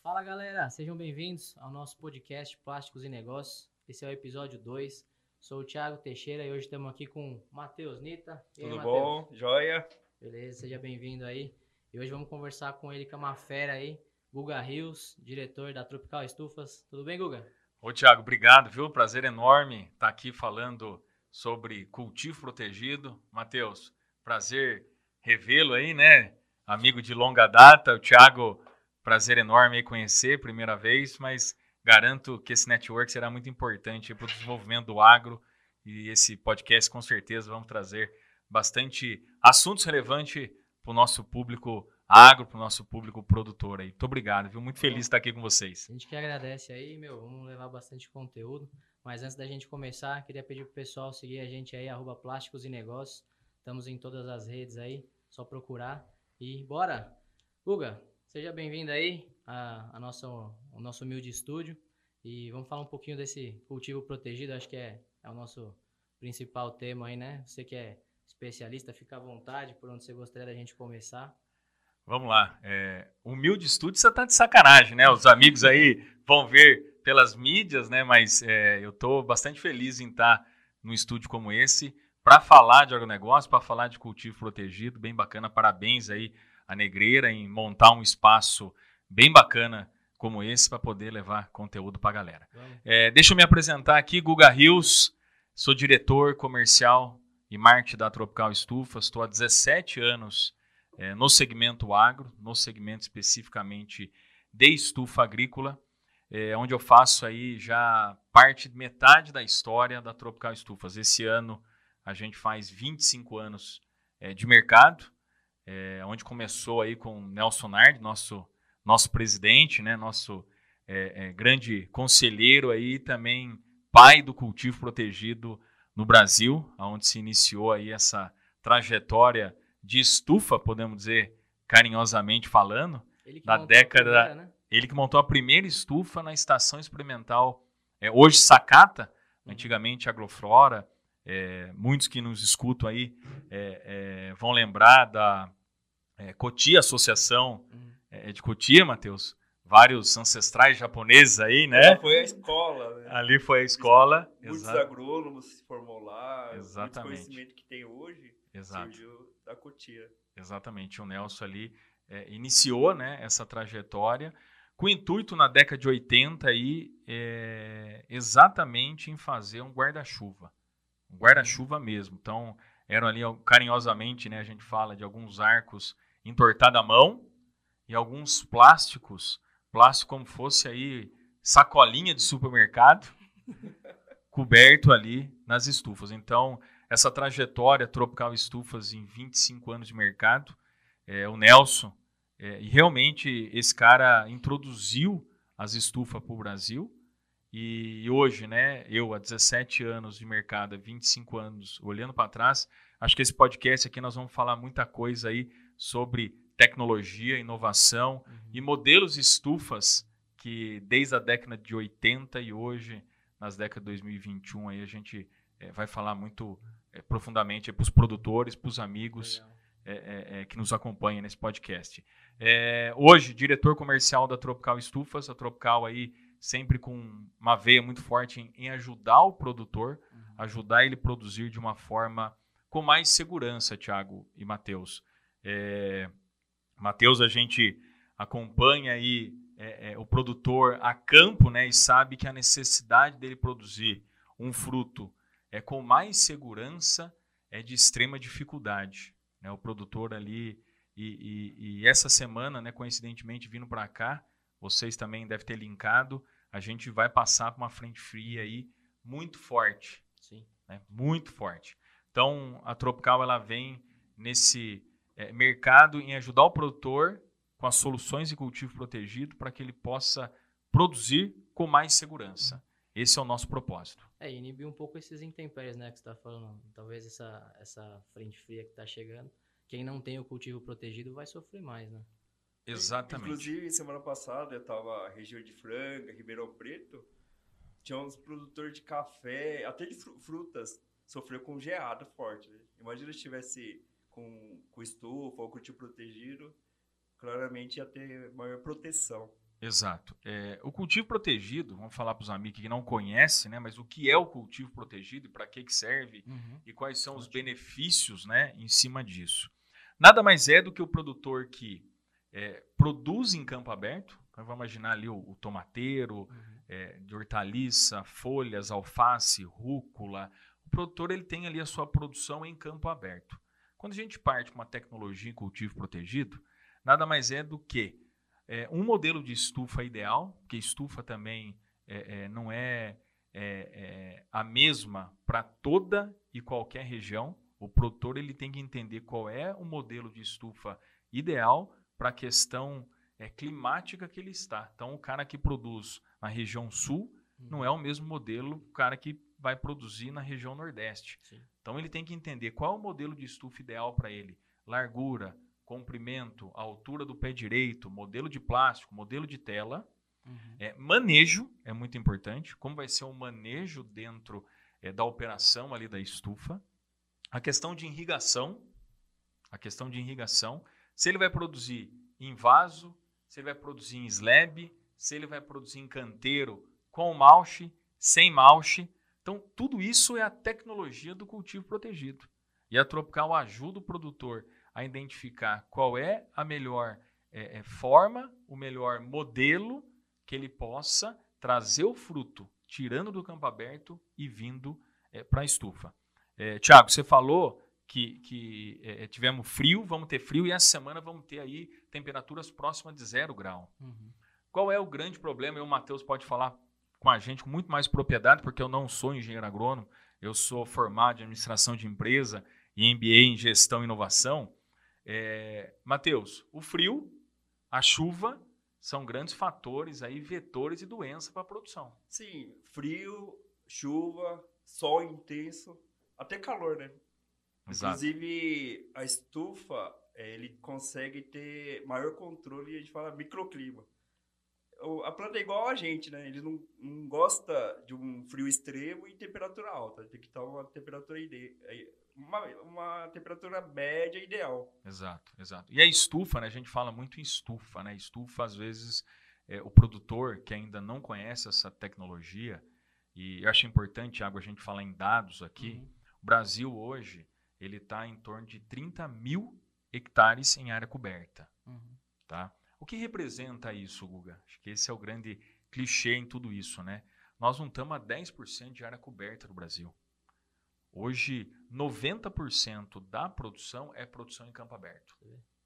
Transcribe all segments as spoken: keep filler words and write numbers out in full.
Fala galera, sejam bem-vindos ao nosso podcast Plásticos e Negócios. Esse é o episódio dois. Sou o Thiago Teixeira e hoje estamos aqui com o Matheus Nita. E aí, Tudo Matheus? bom? Joia? Beleza, seja bem-vindo aí. E hoje vamos conversar com ele, que é uma fera aí, Guga Rios, diretor da Tropical Estufas. Tudo bem, Guga? Ô, Thiago, obrigado, viu? Prazer enorme estar aqui falando sobre cultivo protegido. Matheus, prazer revê-lo aí, né? Amigo de longa data. O Thiago, prazer enorme aí conhecer, primeira vez, mas garanto que esse network será muito importante para o desenvolvimento do agro e esse podcast, com certeza, vamos trazer bastante assuntos relevantes para o nosso público agro, para o nosso público produtor aí. Muito obrigado, viu? Muito feliz de estar aqui com vocês. A gente que agradece aí, meu, vamos levar bastante conteúdo. Mas antes da gente começar, queria pedir pro pessoal seguir a gente aí, arroba Plásticos e Negócios. Estamos em todas as redes aí, só procurar. E bora! Guga, seja bem-vindo aí a, a nossa, ao nosso humilde estúdio. E vamos falar um pouquinho desse cultivo protegido, acho que é, é o nosso principal tema aí, né? Você que é especialista, fica à vontade por onde você gostaria da gente começar. Vamos lá. É, humilde estúdio, você tá de sacanagem, né? Os amigos aí vão ver pelas mídias, né? Mas é, eu tô bastante feliz em estar num estúdio como esse para falar de agronegócio, para falar de cultivo protegido, bem bacana. Parabéns aí à Negreira em montar um espaço bem bacana como esse para poder levar conteúdo para a galera. É, deixa eu me apresentar aqui, Guga Rios, sou diretor comercial e marketing da Tropical Estufas, estou há dezessete anos É, no segmento agro, no segmento especificamente de estufa agrícola, é, onde eu faço aí já parte, metade da história da Tropical Estufas. Esse ano a gente faz vinte e cinco anos é, de mercado, é, onde começou aí com o Nelson Nard, nosso, nosso presidente, né, nosso é, é, grande conselheiro aí, também pai do cultivo protegido no Brasil, onde se iniciou aí essa trajetória de estufa, podemos dizer, carinhosamente falando, da década... Primeira, né? Ele que montou a primeira estufa na estação experimental, é, hoje Sakata, uhum. Antigamente Agroflora, é, muitos que nos escutam aí é, é, vão lembrar da é, Cotia, Associação uhum. é, de Cotia, Matheus, vários ancestrais japoneses aí, né? Ali foi a escola, né? Ali foi a escola. Muitos Exato. agrônomos se formou lá, Exatamente. muito conhecimento que tem hoje Exato. surgiu da Cotia. Exatamente, o Nelson ali é, iniciou, né, essa trajetória com o intuito na década de oitenta aí, é, exatamente em fazer um guarda-chuva, um guarda-chuva mesmo. Então, eram ali carinhosamente, né, a gente fala de alguns arcos entortados à mão e alguns plásticos, plástico como fosse aí sacolinha de supermercado, coberto ali nas estufas. Então, essa trajetória Tropical Estufas em vinte e cinco anos de mercado, é, o Nelson, é, e realmente esse cara introduziu as estufas para o Brasil, e, e hoje, né, eu há dezessete anos de mercado, há vinte e cinco anos olhando para trás, acho que esse podcast aqui nós vamos falar muita coisa aí sobre tecnologia, inovação uhum. e modelos de estufas que desde a década de oitenta e hoje, nas décadas de dois mil e vinte e um, aí a gente é, vai falar muito é, profundamente para os produtores, para os amigos é, é, é, que nos acompanham nesse podcast. É, hoje, diretor comercial da Tropical Estufas, a Tropical aí sempre com uma veia muito forte em, em ajudar o produtor, uhum. ajudar ele a produzir de uma forma com mais segurança, Thiago e Matheus. É, Matheus, a gente acompanha aí é, é, o produtor a campo, né, e sabe que a necessidade dele produzir um fruto é, com mais segurança é de extrema dificuldade. Né? O produtor ali, e, e, e essa semana, né, coincidentemente, vindo para cá, vocês também devem ter linkado, a gente vai passar por uma frente fria aí muito forte. Sim. Né? Muito forte. Então, a Tropical ela vem nesse é, mercado em ajudar o produtor com as soluções de cultivo protegido para que ele possa produzir com mais segurança. Esse é o nosso propósito. É, inibir um pouco esses intempéries, né, que você está falando. Talvez essa, essa frente fria que está chegando, quem não tem o cultivo protegido vai sofrer mais, né? Exatamente. Inclusive, semana passada eu estava na região de Franca, Ribeirão Preto, tinha uns produtores de café, até de frutas, sofreu com geada forte. Né? Imagina se tivesse com, com estufa ou cultivo protegido, claramente ia ter maior proteção. Exato. É, o cultivo protegido, vamos falar para os amigos que não conhecem, né, mas o que é o cultivo protegido e para que, que serve Uhum. e quais são Ótimo. os benefícios, né, em cima disso. Nada mais é do que o produtor que é, produz em campo aberto. Então, vamos imaginar ali o, o tomateiro, Uhum. é, de hortaliça, folhas, alface, rúcula. O produtor ele tem ali a sua produção em campo aberto. Quando a gente parte para uma tecnologia em cultivo protegido, nada mais é do que é, um modelo de estufa ideal, porque estufa também é, é, não é, é, é a mesma para toda e qualquer região. O produtor ele tem que entender qual é o modelo de estufa ideal para a questão é, climática que ele está. Então, o cara que produz na região sul Uhum. não é o mesmo modelo o cara que vai produzir na região nordeste. Sim. Então, ele tem que entender qual é o modelo de estufa ideal para ele. Largura, comprimento, altura do pé direito, modelo de plástico, modelo de tela. Uhum. É, manejo é muito importante. Como vai ser o manejo dentro é, da operação ali da estufa. A questão de irrigação. A questão de irrigação. Se ele vai produzir em vaso, se ele vai produzir em slab, se ele vai produzir em canteiro com mulch, sem mulch. Então, tudo isso é a tecnologia do cultivo protegido. E a Tropical ajuda o produtor a identificar qual é a melhor é, é, forma, o melhor modelo que ele possa trazer o fruto, tirando do campo aberto e vindo é, para a estufa. É, Tiago, você falou que, que é, tivemos frio, vamos ter frio, e essa semana vamos ter aí temperaturas próximas de zero grau. Uhum. Qual é o grande problema? E o Matheus pode falar com a gente com muito mais propriedade, porque eu não sou engenheiro agrônomo, eu sou formado em administração de empresa e M B A em gestão e inovação. É, Matheus, o frio, a chuva são grandes fatores, aí, vetores e doença para a produção. Sim, frio, chuva, sol intenso, até calor, né? Exato. Inclusive, a estufa, é, ele consegue ter maior controle, a gente fala microclima. O, a planta é igual a gente, né? Ele não, não gosta de um frio extremo e temperatura alta. Tem que estar uma temperatura ide- uma, uma temperatura média ideal. Exato, exato. E a estufa, né? A gente fala muito em estufa, né? Estufa, às vezes, é, o produtor que ainda não conhece essa tecnologia, e eu acho importante, Thiago, a gente falar em dados aqui. Uhum. O Brasil hoje, ele está em torno de trinta mil hectares em área coberta. Uhum. Tá? O que representa isso, Guga? Acho que esse é o grande clichê em tudo isso, né? Nós não estamos a dez por cento de área coberta no Brasil. Hoje, noventa por cento da produção é produção em campo aberto.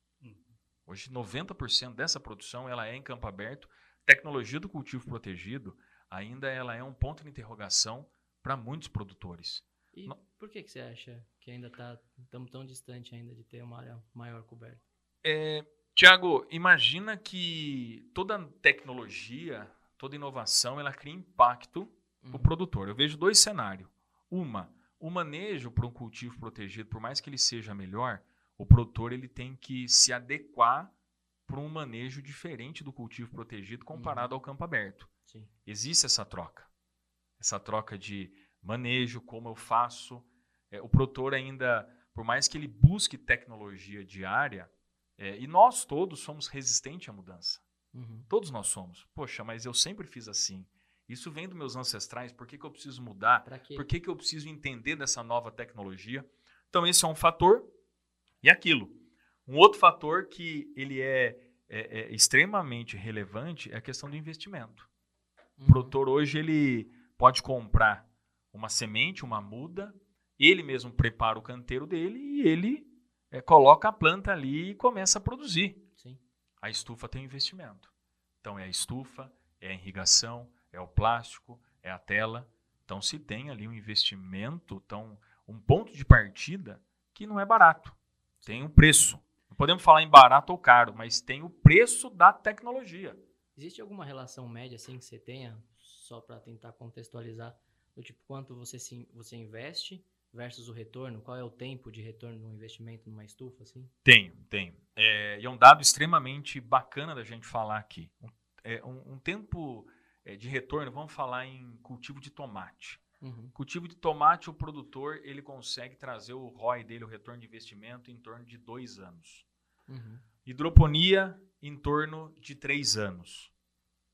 Hoje, noventa por cento dessa produção ela é em campo aberto. Tecnologia do cultivo protegido ainda ela é um ponto de interrogação para muitos produtores. E Não. por que, que você acha que ainda estamos tão distante ainda de ter uma área maior coberta? É, Tiago, imagina que toda tecnologia, toda inovação, ela cria impacto Uhum. para o produtor. Eu vejo dois cenários. Uma, o manejo para um cultivo protegido, por mais que ele seja melhor, o produtor ele tem que se adequar para um manejo diferente do cultivo protegido comparado Uhum. ao campo aberto. Sim. Existe essa troca. Essa troca de manejo, como eu faço. É, o produtor ainda, por mais que ele busque tecnologia diária, é, e nós todos somos resistentes à mudança. Uhum. Todos nós somos. Poxa, mas eu sempre fiz assim. Isso vem dos meus ancestrais. Por que, que eu preciso mudar? Pra quê? Por que, que eu preciso entender dessa nova tecnologia? Então, esse é um fator. E aquilo. Um outro fator que ele é, é, é extremamente relevante é a questão do investimento. Uhum. O produtor hoje ele pode comprar uma semente, uma muda, ele mesmo prepara o canteiro dele e ele é, coloca a planta ali e começa a produzir. Sim. A estufa tem investimento. Então é a estufa, é a irrigação, é o plástico, é a tela. Então se tem ali um investimento, então, um ponto de partida que não é barato. Tem um preço. Não podemos falar em barato ou caro, mas tem o preço da tecnologia. Existe alguma relação média assim que você tenha, só para tentar contextualizar, do tipo quanto você, se, você investe versus o retorno? Qual é o tempo de retorno de um investimento numa estufa? Assim? Tenho, tenho. É, e é um dado extremamente bacana da gente falar aqui. Um, é, um, um tempo é, de retorno, vamos falar em cultivo de tomate. Uhum. Cultivo de tomate, o produtor ele consegue trazer o R O I dele, o retorno de investimento, em torno de dois anos. Uhum. Hidroponia, em torno de três anos.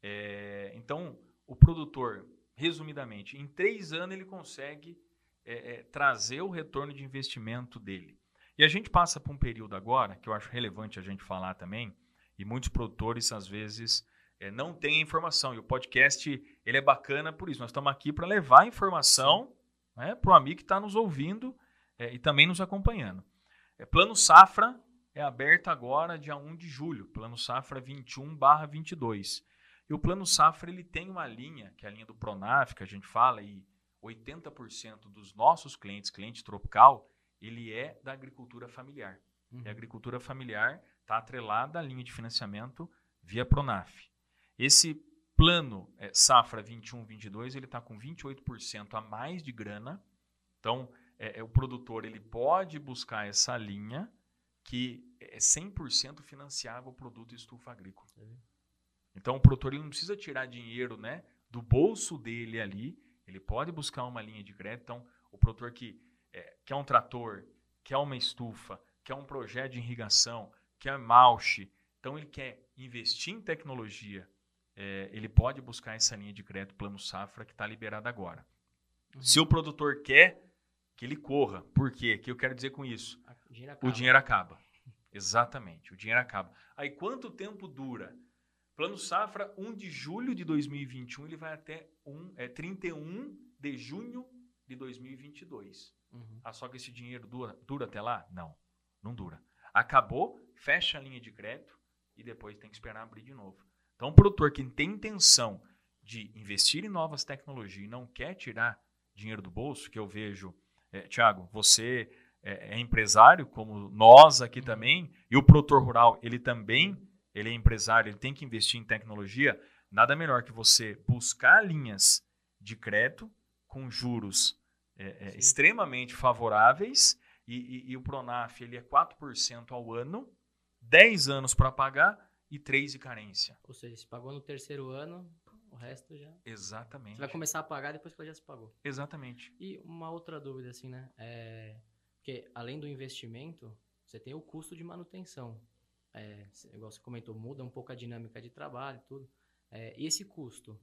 É, então, o produtor, resumidamente, em três anos ele consegue é, é, trazer o retorno de investimento dele. E a gente passa por um período agora, que eu acho relevante a gente falar também, e muitos produtores, às vezes, é, não têm a informação. E o podcast ele é bacana por isso. Nós estamos aqui para levar a informação, né, para o amigo que está nos ouvindo é, e também nos acompanhando. É, Plano Safra é aberto agora, dia primeiro de julho. Plano Safra vinte e um barra vinte e dois. E o Plano Safra ele tem uma linha, que é a linha do Pronaf, que a gente fala, e oitenta por cento dos nossos clientes, cliente tropical, ele é da agricultura familiar. Uhum. E a agricultura familiar está atrelada à linha de financiamento via Pronaf. Esse plano é, Safra vinte e um vinte e dois, ele está com vinte e oito por cento a mais de grana. Então, é, é, o produtor ele pode buscar essa linha que é cem por cento financiável o produto estufa agrícola. Uhum. Então, o produtor ele não precisa tirar dinheiro, né, do bolso dele ali, ele pode buscar uma linha de crédito. Então, o produtor que é, quer um trator, quer uma estufa, quer um projeto de irrigação, quer mulch, então ele quer investir em tecnologia, é, ele pode buscar essa linha de crédito Plano Safra que está liberada agora. Uhum. Se o produtor quer, que ele corra. Por quê? O que eu quero dizer com isso? O dinheiro acaba. O dinheiro acaba. Exatamente, o dinheiro acaba. Aí quanto tempo dura? Plano Safra, primeiro de julho de dois mil e vinte e um, ele vai até um, é, trinta e um de junho de dois mil e vinte e dois. Uhum. Ah, só que esse dinheiro dura, dura até lá? Não, não dura. Acabou, fecha a linha de crédito e depois tem que esperar abrir de novo. Então, o produtor que tem intenção de investir em novas tecnologias e não quer tirar dinheiro do bolso, que eu vejo, é, Thiago, você é, é empresário, como nós aqui uhum. também, e o produtor rural, ele também ele é empresário, ele tem que investir em tecnologia, nada melhor que você buscar linhas de crédito com juros é, é, extremamente favoráveis e, e, e o Pronaf ele é quatro por cento ao ano, dez anos para pagar e três de carência. Ou seja, se pagou no terceiro ano, o resto já... Exatamente. Você vai começar a pagar depois que ela já se pagou. Exatamente. E uma outra dúvida, assim, né? É... Porque além do investimento, você tem o custo de manutenção. É, igual você comentou, muda um pouco a dinâmica de trabalho e tudo. É, e esse custo,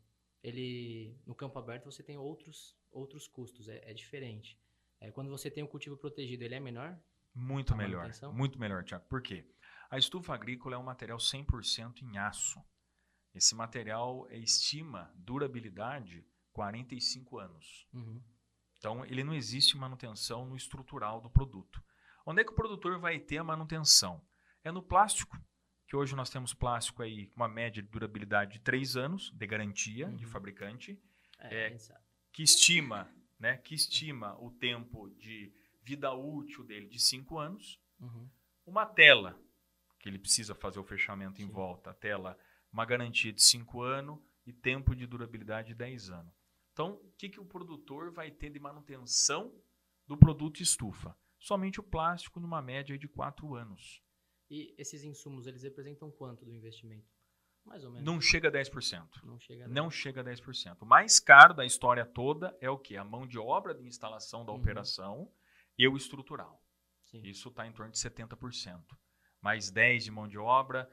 ele no campo aberto você tem outros, outros custos, é, é diferente. É, quando você tem o cultivo protegido, ele é menor? Muito melhor, muito melhor, Thiago. Por quê? A estufa agrícola é um material cem por cento em aço. Esse material estima durabilidade quarenta e cinco anos. Uhum. Então, ele não existe manutenção no estrutural do produto. Onde é que o produtor vai ter a manutenção? É no plástico, que hoje nós temos plástico aí com uma média de durabilidade de três anos, de garantia uhum. de fabricante, é, é, que, estima, né, que estima o tempo de vida útil dele de cinco anos. Uhum. Uma tela, que ele precisa fazer o fechamento Sim. em volta, a tela, uma garantia de cinco anos e tempo de durabilidade de dez anos. Então, o que, que o produtor vai ter de manutenção do produto estufa? Somente o plástico numa média de quatro anos. E esses insumos, eles representam quanto do investimento? Mais ou menos. Não chega a dez por cento. Não chega a Não chega a dez por cento. O mais caro da história toda é o quê? A mão de obra de instalação da uhum. operação e o estrutural. Sim. Isso está em torno de setenta por cento. Mais dez de mão de obra,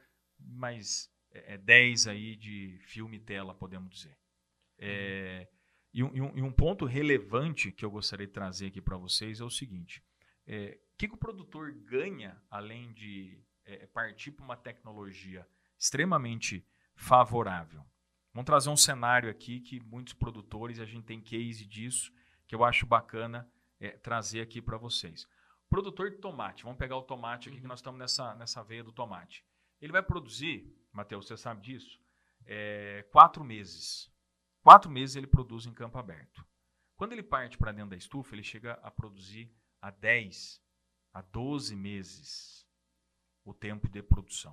mais é, dez aí de filme e tela, podemos dizer. Uhum. É, e, um, e um ponto relevante que eu gostaria de trazer aqui para vocês é o seguinte. É, o que, que o produtor ganha, além de é, partir para uma tecnologia extremamente favorável? Vamos trazer um cenário aqui que muitos produtores, a gente tem case disso, que eu acho bacana é, trazer aqui para vocês. Produtor de tomate, vamos pegar o tomate aqui, uhum. que nós estamos nessa, nessa veia do tomate. Ele vai produzir, Matheus, você sabe disso, é, quatro meses. Quatro meses ele produz em campo aberto. Quando ele parte para dentro da estufa, ele chega a produzir a dez, a doze meses o tempo de produção.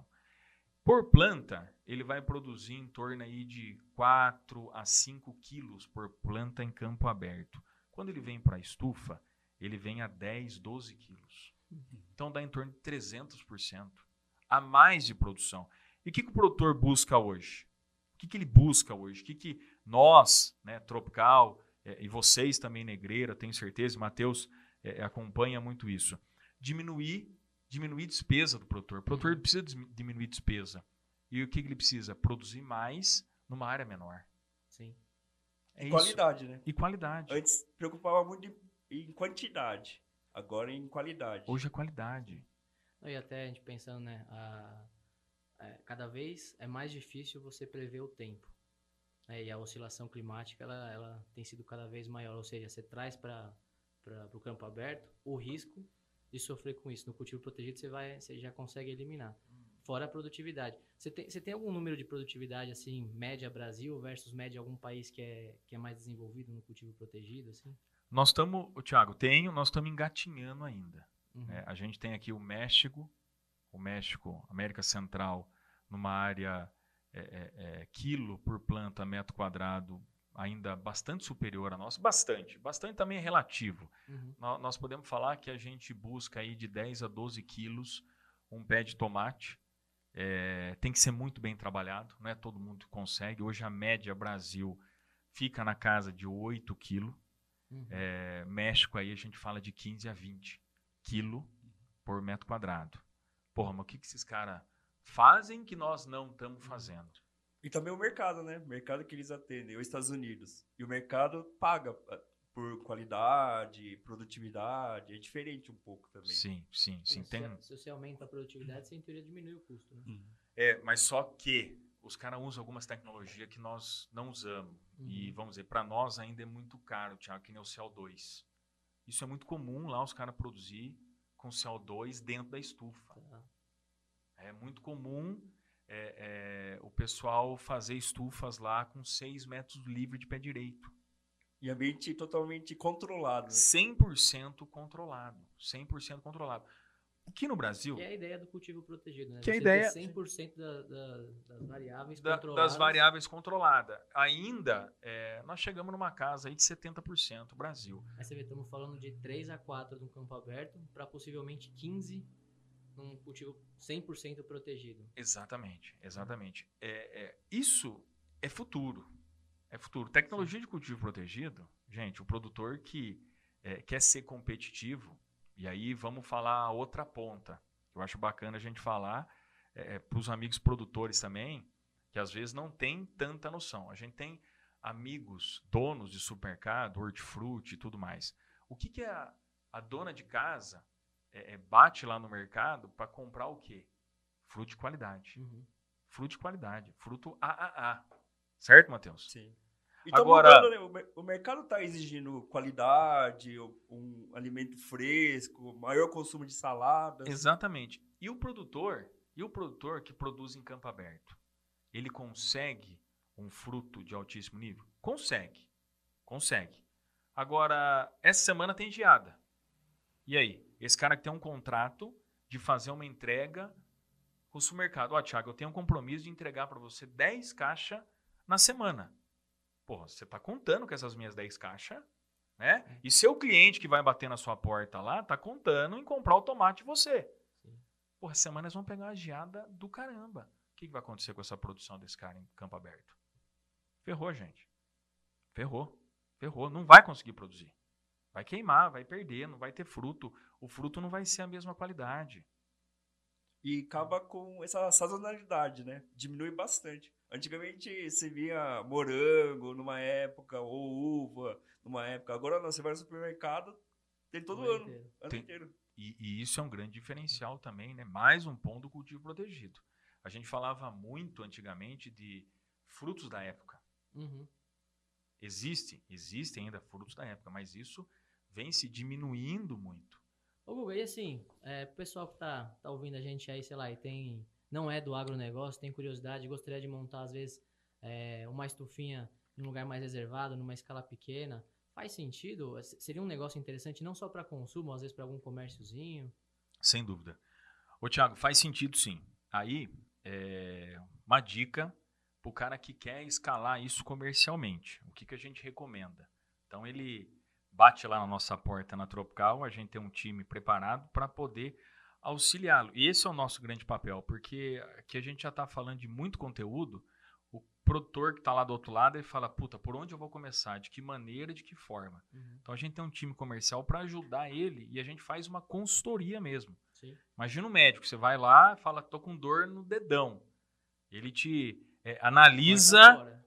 Por planta, ele vai produzir em torno aí de quatro a cinco quilos por planta em campo aberto. Quando ele vem para a estufa, ele vem a dez, doze quilos. Então dá em torno de trezentos por cento a mais de produção. E o que, que o produtor busca hoje? O que, que ele busca hoje? O que, que nós, né, Tropical, é, e vocês também, Negreira, tenho certeza, Matheus, É, acompanha muito isso. Diminuir, diminuir despesa do produtor. O produtor precisa diminuir despesa. E o que ele precisa? Produzir mais numa área menor. Sim. É E isso. qualidade, né? E qualidade. Antes preocupava muito em, em quantidade, agora em qualidade. Hoje é qualidade. E até a gente pensando, né, a, a, cada vez é mais difícil você prever o tempo. Né, e a oscilação climática, ela, ela tem sido cada vez maior. Ou seja, você traz para o campo aberto o risco de sofrer com isso. No cultivo protegido, você, vai, você já consegue eliminar. Fora a produtividade. Você tem, você tem algum número de produtividade, assim, média Brasil versus média algum país que é, que é mais desenvolvido no cultivo protegido, assim? Nós estamos, Thiago, tenho, nós estamos engatinhando ainda. Uhum. É, a gente tem aqui o México, o México, América Central, numa área é, é, é, quilo por planta metro quadrado, ainda bastante superior a nossa. Bastante, bastante também é relativo. Uhum. Nós, nós podemos falar que a gente busca aí de dez a doze quilos um pé de tomate. É, tem que ser muito bem trabalhado, não é todo mundo que consegue. Hoje a média Brasil fica na casa de oito quilos. Uhum. É, México aí a gente fala de quinze a vinte quilos por metro quadrado. Porra, mas o que, que esses caras fazem que nós não estamos fazendo? E também o mercado, né? O mercado que eles atendem, os Estados Unidos. E o mercado paga por qualidade, produtividade, é diferente um pouco também. Sim, sim, sim. Se, tem... se você aumenta a produtividade, você em teoria diminui o custo. Né? Uhum. É, mas só que os caras usam algumas tecnologias que nós não usamos. Uhum. E, vamos dizer, para nós ainda é muito caro, Thiago, que nem o C O dois. Isso é muito comum lá os caras produzir com C O dois dentro da estufa. Tá. É muito comum é, é, o pessoal fazer estufas lá com seis metros livre de pé direito. E ambiente totalmente controlado. Né? cem por cento controlado. cem por cento controlado. Aqui no Brasil... Que é a ideia do cultivo protegido, né? Que é a Você ideia... ter cem por cento da, da, das variáveis da, controladas. Das variáveis controladas. Ainda, é, nós chegamos numa casa aí de setenta por cento Brasil. Aí você vê, estamos falando de três a quatro no campo aberto para possivelmente quinze num cultivo cem por cento protegido. Exatamente, exatamente. É, é, isso é futuro. É futuro. Tecnologia de cultivo protegido, gente, o produtor que é, quer ser competitivo, e aí vamos falar a outra ponta. Eu acho bacana a gente falar é, para os amigos produtores também, que às vezes não tem tanta noção. A gente tem amigos, donos de supermercado, hortifruti e tudo mais. O que, que é a, a dona de casa é, é, bate lá no mercado para comprar o quê? Fruto de qualidade. Uhum. Fruto de qualidade. Fruto A A A. Certo, Matheus? Sim. E tá Agora, mudando, né? O mercado está exigindo qualidade, um alimento fresco, maior consumo de saladas. Exatamente. E o produtor, e o produtor que produz em campo aberto, ele consegue um fruto de altíssimo nível? Consegue. Consegue. Agora, essa semana tem geada. E aí? Esse cara que tem um contrato de fazer uma entrega com o supermercado. Ó, Thiago, eu tenho um compromisso de entregar para você dez caixas na semana. Porra, você tá contando com essas minhas dez caixas, né? E seu cliente que vai bater na sua porta lá, tá contando em comprar o tomate de você. Sim. Porra, essa semana eles vão pegar uma geada do caramba. O que, que vai acontecer com essa produção desse cara em campo aberto? Ferrou, gente. Ferrou. Ferrou. Não vai conseguir produzir. Vai queimar, vai perder, não vai ter fruto. O fruto não vai ser a mesma qualidade. E acaba com essa sazonalidade, né? Diminui bastante. Antigamente você via morango numa época, ou uva numa época. Agora não, você vai no supermercado, tem todo ano, inteiro. ano tem, inteiro. E, e isso é um grande diferencial também, né? Mais um ponto do cultivo protegido. A gente falava muito antigamente de frutos da época. Uhum. Existe, existem ainda frutos da época, mas isso vem se diminuindo muito. Ô, Guga, e assim, é, o pessoal que tá, tá ouvindo a gente aí, sei lá, e tem, não é do agronegócio, tem curiosidade, gostaria de montar, às vezes, é, uma estufinha em um lugar mais reservado, numa escala pequena, faz sentido? Seria um negócio interessante não só para consumo, às vezes para algum comérciozinho? Sem dúvida. Ô, Thiago, faz sentido sim. Aí, é, uma dica para o cara que quer escalar isso comercialmente. O que, que a gente recomenda? Então, ele bate lá na nossa porta na Tropical, a gente tem um time preparado para poder auxiliá-lo. E esse é o nosso grande papel, porque aqui a gente já está falando de muito conteúdo, o produtor que está lá do outro lado, ele fala, puta, por onde eu vou começar? De que maneira, de que forma? Uhum. Então a gente tem um time comercial para ajudar ele e a gente faz uma consultoria mesmo. Sim. Imagina um médico, você vai lá e fala, tô com dor no dedão. Ele te é, analisa...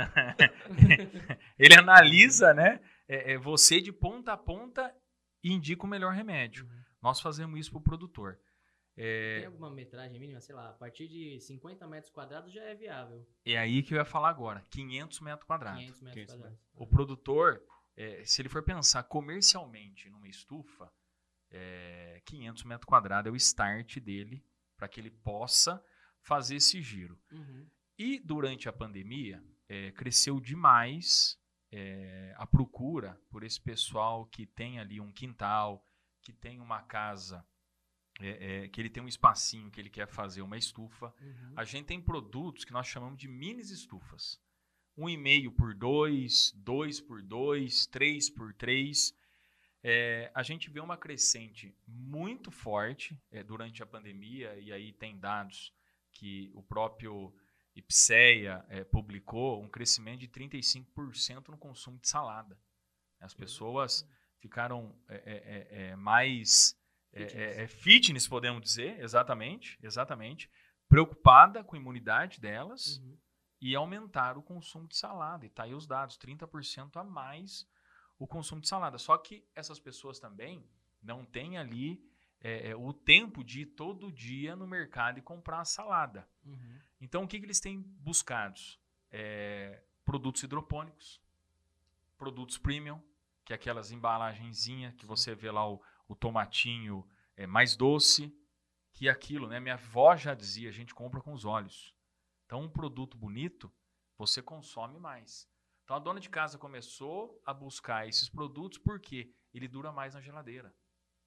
ele analisa, né, é, é, você de ponta a ponta e indica o melhor remédio. Uhum. Nós fazemos isso para o produtor. É... Tem alguma metragem mínima? Sei lá, a partir de cinquenta metros quadrados já é viável. É aí que eu ia falar agora. quinhentos metros quadrados. quinhentos metros quadrados. O produtor, é, se ele for pensar comercialmente numa estufa, é, quinhentos metros quadrados é o start dele para que ele possa fazer esse giro. Uhum. E durante a pandemia, é, cresceu demais é, a procura por esse pessoal que tem ali um quintal, que tem uma casa... É, é, que ele tem um espacinho que ele quer fazer uma estufa. Uhum. A gente tem produtos que nós chamamos de mini estufas. Um e meio por dois, dois por dois, três por três. É, a gente vê uma crescente muito forte é, durante a pandemia, e aí tem dados que o próprio IPSEA é, publicou, um crescimento de trinta e cinco por cento no consumo de salada. As pessoas ficaram é, é, é, mais... Fitness. É, é fitness, podemos dizer, exatamente, exatamente, preocupada com a imunidade delas uhum. e aumentar o consumo de salada. E tá aí os dados, trinta por cento a mais o consumo de salada. Só que essas pessoas também não têm ali é, o tempo de ir todo dia no mercado e comprar a salada. Uhum. Então, o que, que eles têm buscado? É, produtos hidropônicos, produtos premium, que é aquelas embalagenzinhas que você vê lá o o tomatinho é mais doce que aquilo, né? Minha avó já dizia, a gente compra com os olhos. Então, um produto bonito, você consome mais. Então, a dona de casa começou a buscar esses produtos porque ele dura mais na geladeira.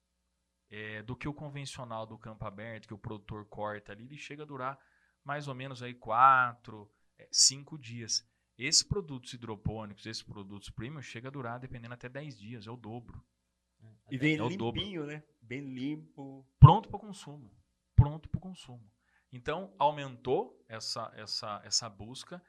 É, do que o convencional do campo aberto, que o produtor corta ali, ele chega a durar mais ou menos aí quatro, cinco dias. Esses produtos hidropônicos, esses produtos premium, chega a durar, dependendo, até dez dias, é o dobro. E vem é limpinho, né? Bem limpo. Pronto para o consumo. Pronto para o consumo. Então, aumentou essa, essa, essa busca.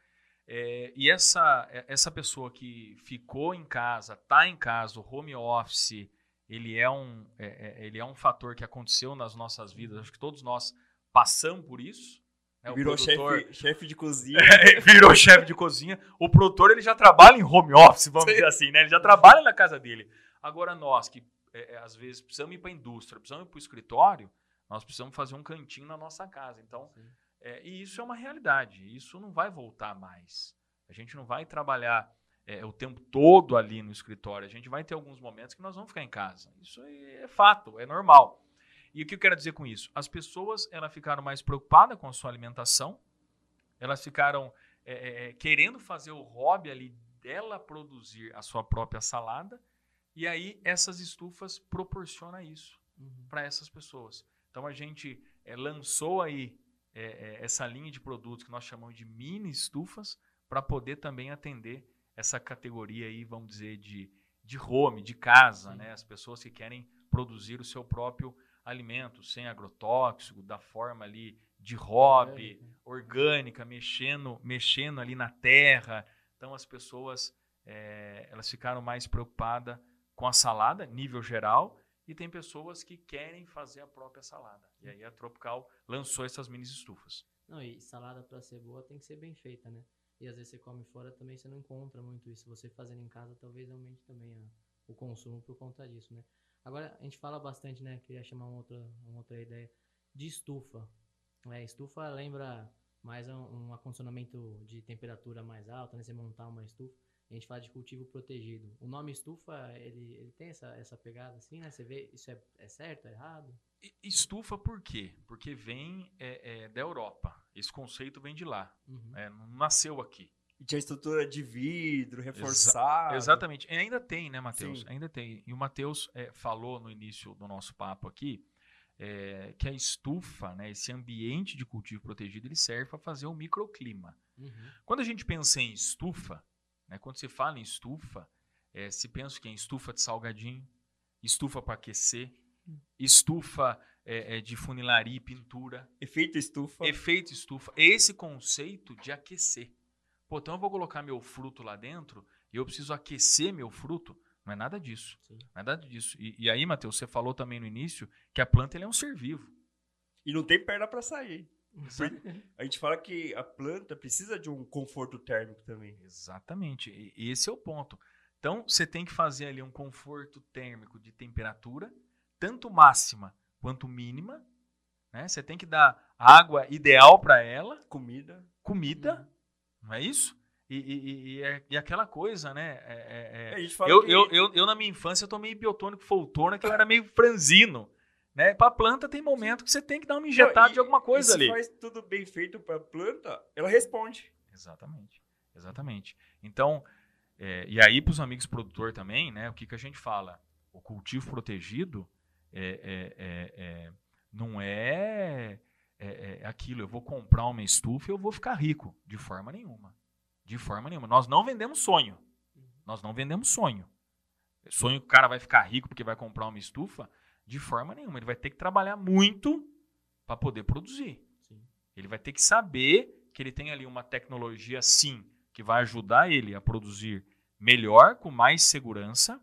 É, e essa, essa pessoa que ficou em casa, está em casa, o home office, ele é, um, é, ele é um fator que aconteceu nas nossas vidas. Acho que todos nós passamos por isso. Né? Virou produtor, chefe, chefe de cozinha. Virou chefe de cozinha. O produtor ele já trabalha em home office, vamos Sim. dizer assim. Né? Ele já trabalha na casa dele. Agora, nós que É, às vezes precisamos ir para a indústria, precisamos ir para o escritório, nós precisamos fazer um cantinho na nossa casa. Então, é, e isso é uma realidade, isso não vai voltar mais. A gente não vai trabalhar é, o tempo todo ali no escritório, a gente vai ter alguns momentos que nós vamos ficar em casa. Isso é, é fato, é normal. E o que eu quero dizer com isso? As pessoas elas ficaram mais preocupadas com a sua alimentação, elas ficaram é, é, querendo fazer o hobby ali dela produzir a sua própria salada. E aí, essas estufas proporcionam isso uhum. para essas pessoas. Então, a gente é, lançou aí é, é, essa linha de produtos que nós chamamos de mini estufas para poder também atender essa categoria aí, vamos dizer, de, de home, de casa, né? As pessoas que querem produzir o seu próprio alimento, sem agrotóxico, da forma ali de hobby, é. orgânica, mexendo, mexendo ali na terra. Então, as pessoas é, elas ficaram mais preocupadas com a salada, nível geral, e tem pessoas que querem fazer a própria salada. E aí a Tropical lançou essas mini estufas. Não, e salada para ser boa tem que ser bem feita, né? E às vezes você come fora também, você não encontra muito isso. Você fazendo em casa, talvez aumente também a, o consumo por conta disso, né? Agora, a gente fala bastante, né? Queria chamar uma outra, uma outra ideia de estufa. É, estufa lembra mais um, um acondicionamento de temperatura mais alta, né? Você montar uma estufa. A gente fala de cultivo protegido. O nome estufa, ele, ele tem essa, essa pegada assim, né? Você vê, isso é, é certo, é errado? Estufa por quê? Porque vem é, é, da Europa. Esse conceito vem de lá. Uhum. É, não nasceu aqui. E tinha estrutura de vidro, reforçada. Exa- exatamente. E ainda tem, né, Matheus? Ainda tem. E o Matheus é, falou no início do nosso papo aqui é, que a estufa, né, esse ambiente de cultivo protegido, ele serve para fazer um microclima. Uhum. Quando a gente pensa em estufa, né, quando se fala em estufa, é, se pensa que é estufa de salgadinho, estufa para aquecer, estufa é, é, de funilaria e pintura. Efeito estufa. Efeito estufa. Esse conceito de aquecer. Pô, então eu vou colocar meu fruto lá dentro e eu preciso aquecer meu fruto. Não é nada disso. Sim. Não é nada disso. E, e aí, Matheus, você falou também no início que a planta ele é um ser vivo. E não tem perna para sair. A gente fala que a planta precisa de um conforto térmico também. Exatamente. E esse é o ponto. Então, você tem que fazer ali um conforto térmico de temperatura, tanto máxima quanto mínima. Né? Você tem que dar água ideal para ela. Comida. Comida, uhum. Não é isso? E, e, e, e aquela coisa, né? É, é, é. Eu, que... eu, eu, eu, na minha infância, eu tomei biotônico Foltona, que eu era meio franzino. Né? Para a planta, tem momento que você tem que dar uma injetada Não, e, de alguma coisa e ali. Se faz tudo bem feito para a planta, ela responde. Exatamente. Exatamente. Então, é, e aí para os amigos produtores também, né? O que, que a gente fala? O cultivo protegido é, é, é, é, não é, é, é aquilo, eu vou comprar uma estufa e eu vou ficar rico. De forma nenhuma. De forma nenhuma. Nós não vendemos sonho. Nós não vendemos sonho. Sonho que o cara vai ficar rico porque vai comprar uma estufa? De forma nenhuma. Ele vai ter que trabalhar muito para poder produzir. Sim. Ele vai ter que saber que ele tem ali uma tecnologia, sim, que vai ajudar ele a produzir melhor, com mais segurança.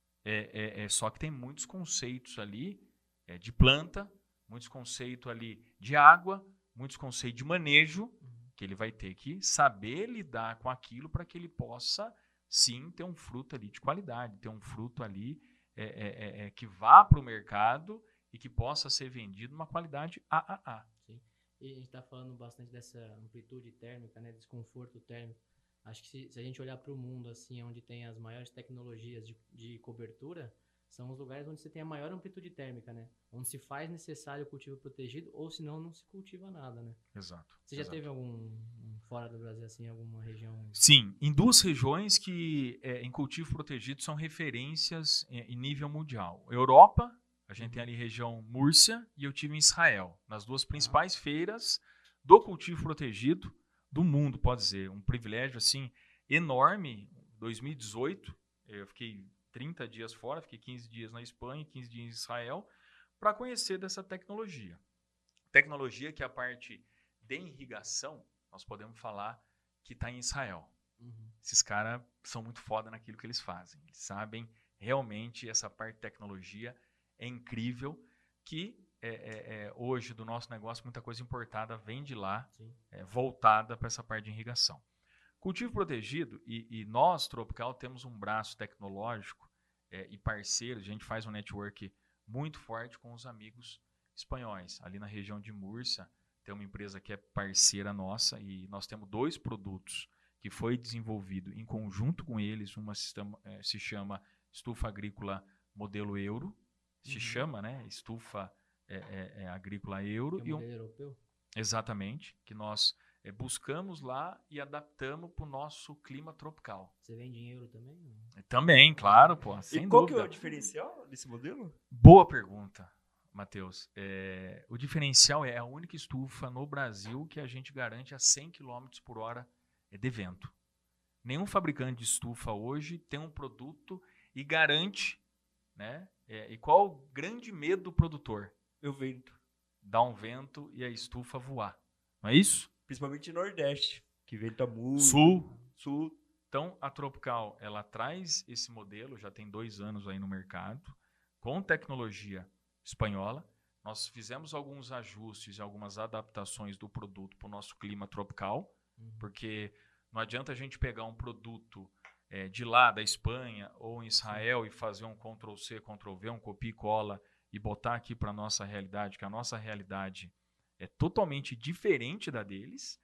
É, é, é, só que tem muitos conceitos ali é, de planta, muitos conceitos ali de água, muitos conceitos de manejo, uhum. que ele vai ter que saber lidar com aquilo para que ele possa, sim, ter um fruto ali de qualidade, ter um fruto ali é, é, é, que vá para o mercado e que possa ser vendido numa qualidade A A A. Sim. E a gente está falando bastante dessa amplitude térmica, né, desconforto térmico. Acho que se, se a gente olhar para o mundo, assim, onde tem as maiores tecnologias de, de cobertura, são os lugares onde você tem a maior amplitude térmica, né? Onde se faz necessário o cultivo protegido, ou senão não se cultiva nada, né? Exato. Você já exato. teve algum, fora do Brasil, assim, alguma região? Sim, em duas regiões que é, em cultivo protegido são referências em, em nível mundial. Europa, a gente uhum. tem ali região Múrcia, e eu tive em Israel, nas duas principais ah. feiras do cultivo protegido do mundo, pode dizer. Um privilégio, assim, enorme. dois mil e dezoito, eu fiquei trinta dias fora, fiquei quinze dias na Espanha, quinze dias em Israel, para conhecer dessa tecnologia. Tecnologia que a parte de irrigação, nós podemos falar que está em Israel. Uhum. Esses caras são muito foda naquilo que eles fazem. Eles sabem realmente essa parte de tecnologia é incrível, que é, é, é, hoje do nosso negócio muita coisa importada vem de lá, é, voltada para essa parte de irrigação. Cultivo protegido, e, e nós, Tropical, temos um braço tecnológico é, e parceiro, a gente faz um network muito forte com os amigos espanhóis. Ali na região de Múrcia, tem uma empresa que é parceira nossa e nós temos dois produtos que foi desenvolvido em conjunto com eles. Uma se chama, é, se chama Estufa Agrícola Modelo Euro, uhum. se chama, né, Estufa é, é, é, Agrícola Euro. Que é o modelo um, europeu? Exatamente, que nós é, buscamos lá e adaptamos para o nosso clima tropical. Você vende em euro também? Também, claro, pô, sem e qual dúvida. Que é o diferencial desse modelo? Boa pergunta, Matheus. É, o diferencial é a única estufa no Brasil que a gente garante a cem quilômetros por hora de vento. Nenhum fabricante de estufa hoje tem um produto e garante, né? É, e qual o grande medo do produtor? O vento. Dar um vento e a estufa voar. Não é isso? Principalmente no Nordeste, que venta muito. Sul. Sul. Então, a Tropical, ela traz esse modelo, já tem dois anos aí no mercado, com tecnologia espanhola. Nós fizemos alguns ajustes e algumas adaptações do produto para o nosso clima tropical, uhum. porque não adianta a gente pegar um produto é, de lá, da Espanha ou em Israel, e fazer um control C, control V, um copia e cola, e botar aqui para a nossa realidade, que a nossa realidade é totalmente diferente da deles.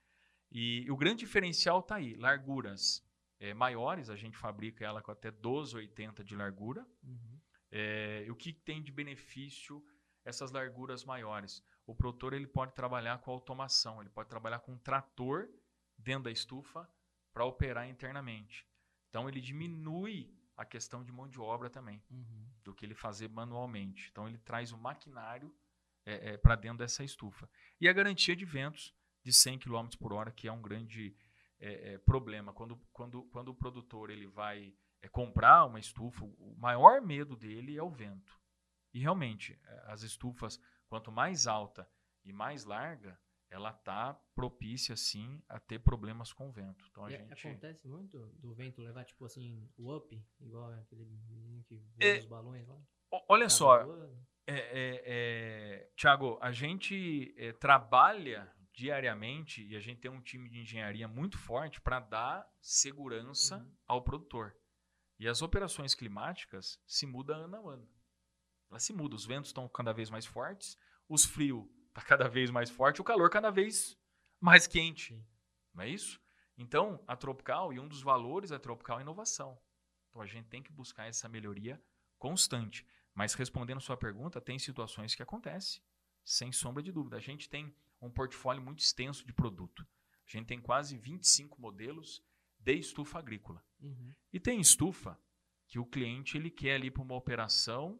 E o grande diferencial está aí, larguras é, maiores, a gente fabrica ela com até doze oitenta de largura. Uhum. É, o que tem de benefício essas larguras maiores? O produtor ele pode trabalhar com automação, ele pode trabalhar com um trator dentro da estufa para operar internamente. Então, ele diminui a questão de mão de obra também, uhum. do que ele fazer manualmente. Então, ele traz o maquinário é, é, para dentro dessa estufa. E a garantia de ventos de cem quilômetros por hora, que é um grande é, é, problema. Quando, quando, quando o produtor ele vai é, comprar uma estufa, o maior medo dele é o vento. E, realmente, as estufas, quanto mais alta e mais larga, ela está propícia, sim, a ter problemas com o vento. Então, a e gente... Acontece muito do vento levar, tipo assim, o up, igual aquele menino que voa é, os balões lá? Olha só, é, é, é, Thiago, a gente é, trabalha diariamente e a gente tem um time de engenharia muito forte para dar segurança uhum. ao produtor. E as operações climáticas se mudam ano a ano. Elas se mudam, os ventos estão cada vez mais fortes, os frios estão cada vez mais forte, o calor cada vez mais quente. Sim. Não é isso? Então, a Tropical, e um dos valores da Tropical é inovação. Então, a gente tem que buscar essa melhoria constante. Mas, respondendo a sua pergunta, tem situações que acontecem, sem sombra de dúvida. A gente tem um portfólio muito extenso de produto. A gente tem quase vinte e cinco modelos de estufa agrícola. Uhum. E tem estufa que o cliente ele quer ali para uma operação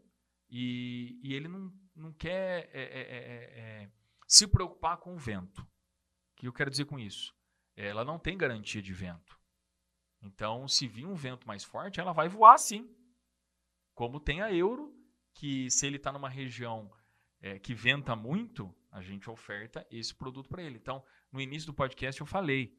e, e ele não, não quer é, é, é, é, se preocupar com o vento. O que eu quero dizer com isso? Ela não tem garantia de vento. Então, se vir um vento mais forte, ela vai voar sim. Como tem a Euro, que se ele está numa região é, que venta muito, a gente oferta esse produto para ele. Então, no início do podcast eu falei,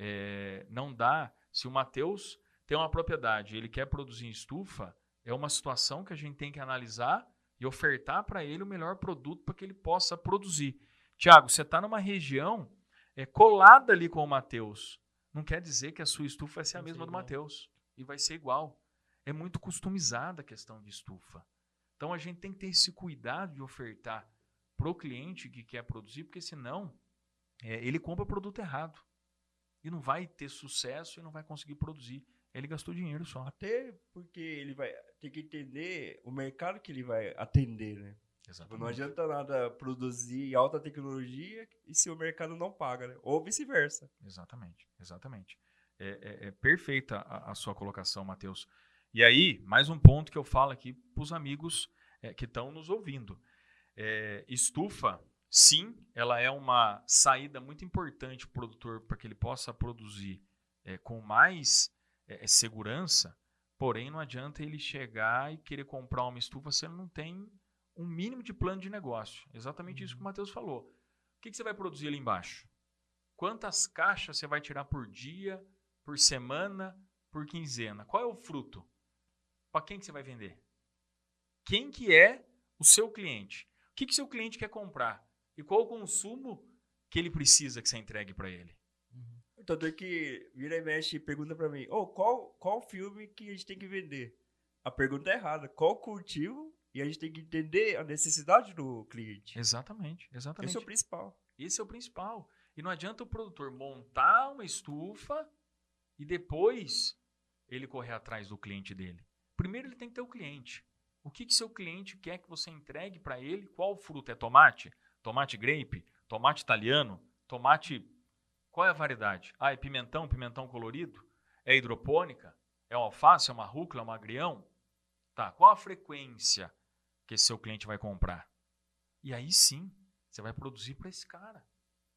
é, não dá, se o Matheus tem uma propriedade, ele quer produzir em estufa, é uma situação que a gente tem que analisar e ofertar para ele o melhor produto para que ele possa produzir. Tiago, você está numa região é, colada ali com o Matheus, não quer dizer que a sua estufa vai ser a mesma ser do Matheus e vai ser igual. É muito customizada a questão de estufa. Então, a gente tem que ter esse cuidado de ofertar para o cliente que quer produzir, porque senão é, ele compra produto errado e não vai ter sucesso e não vai conseguir produzir. Ele gastou dinheiro só. Até porque ele vai ter que entender o mercado que ele vai atender, né? Exatamente. Não adianta nada produzir alta tecnologia e se o mercado não paga, né? Ou vice-versa. Exatamente, exatamente. É, é, é perfeita a, a sua colocação, Matheus. E aí, mais um ponto que eu falo aqui para os amigos é, que estão nos ouvindo. É, estufa, sim, ela é uma saída muito importante para o produtor para que ele possa produzir é, com mais é, segurança, porém não adianta ele chegar e querer comprar uma estufa se ele não tem um mínimo de plano de negócio. Exatamente uhum. isso que o Matheus falou. O que, que você vai produzir ali embaixo? Quantas caixas você vai tirar por dia, por semana, por quinzena? Qual é o fruto? Para quem que você vai vender? Quem que é o seu cliente? O que que seu cliente quer comprar? E qual o consumo que ele precisa que você entregue para ele? Uhum. Tanto é que vira e mexe e pergunta para mim, oh, qual, qual filme que a gente tem que vender? A pergunta é errada. Qual cultivo? E a gente tem que entender a necessidade do cliente. Exatamente, exatamente. Esse é o principal. Esse é o principal. E não adianta o produtor montar uma estufa e depois ele correr atrás do cliente dele. Primeiro ele tem que ter o cliente. O que, que seu cliente quer que você entregue para ele? Qual fruta? É tomate? Tomate grape? Tomate italiano? Tomate... Qual é a variedade? Ah, é pimentão? Pimentão colorido? É hidropônica? É uma alface? É uma rúcula? É um agrião? Tá, qual a frequência que esse seu cliente vai comprar? E aí sim, você vai produzir para esse cara.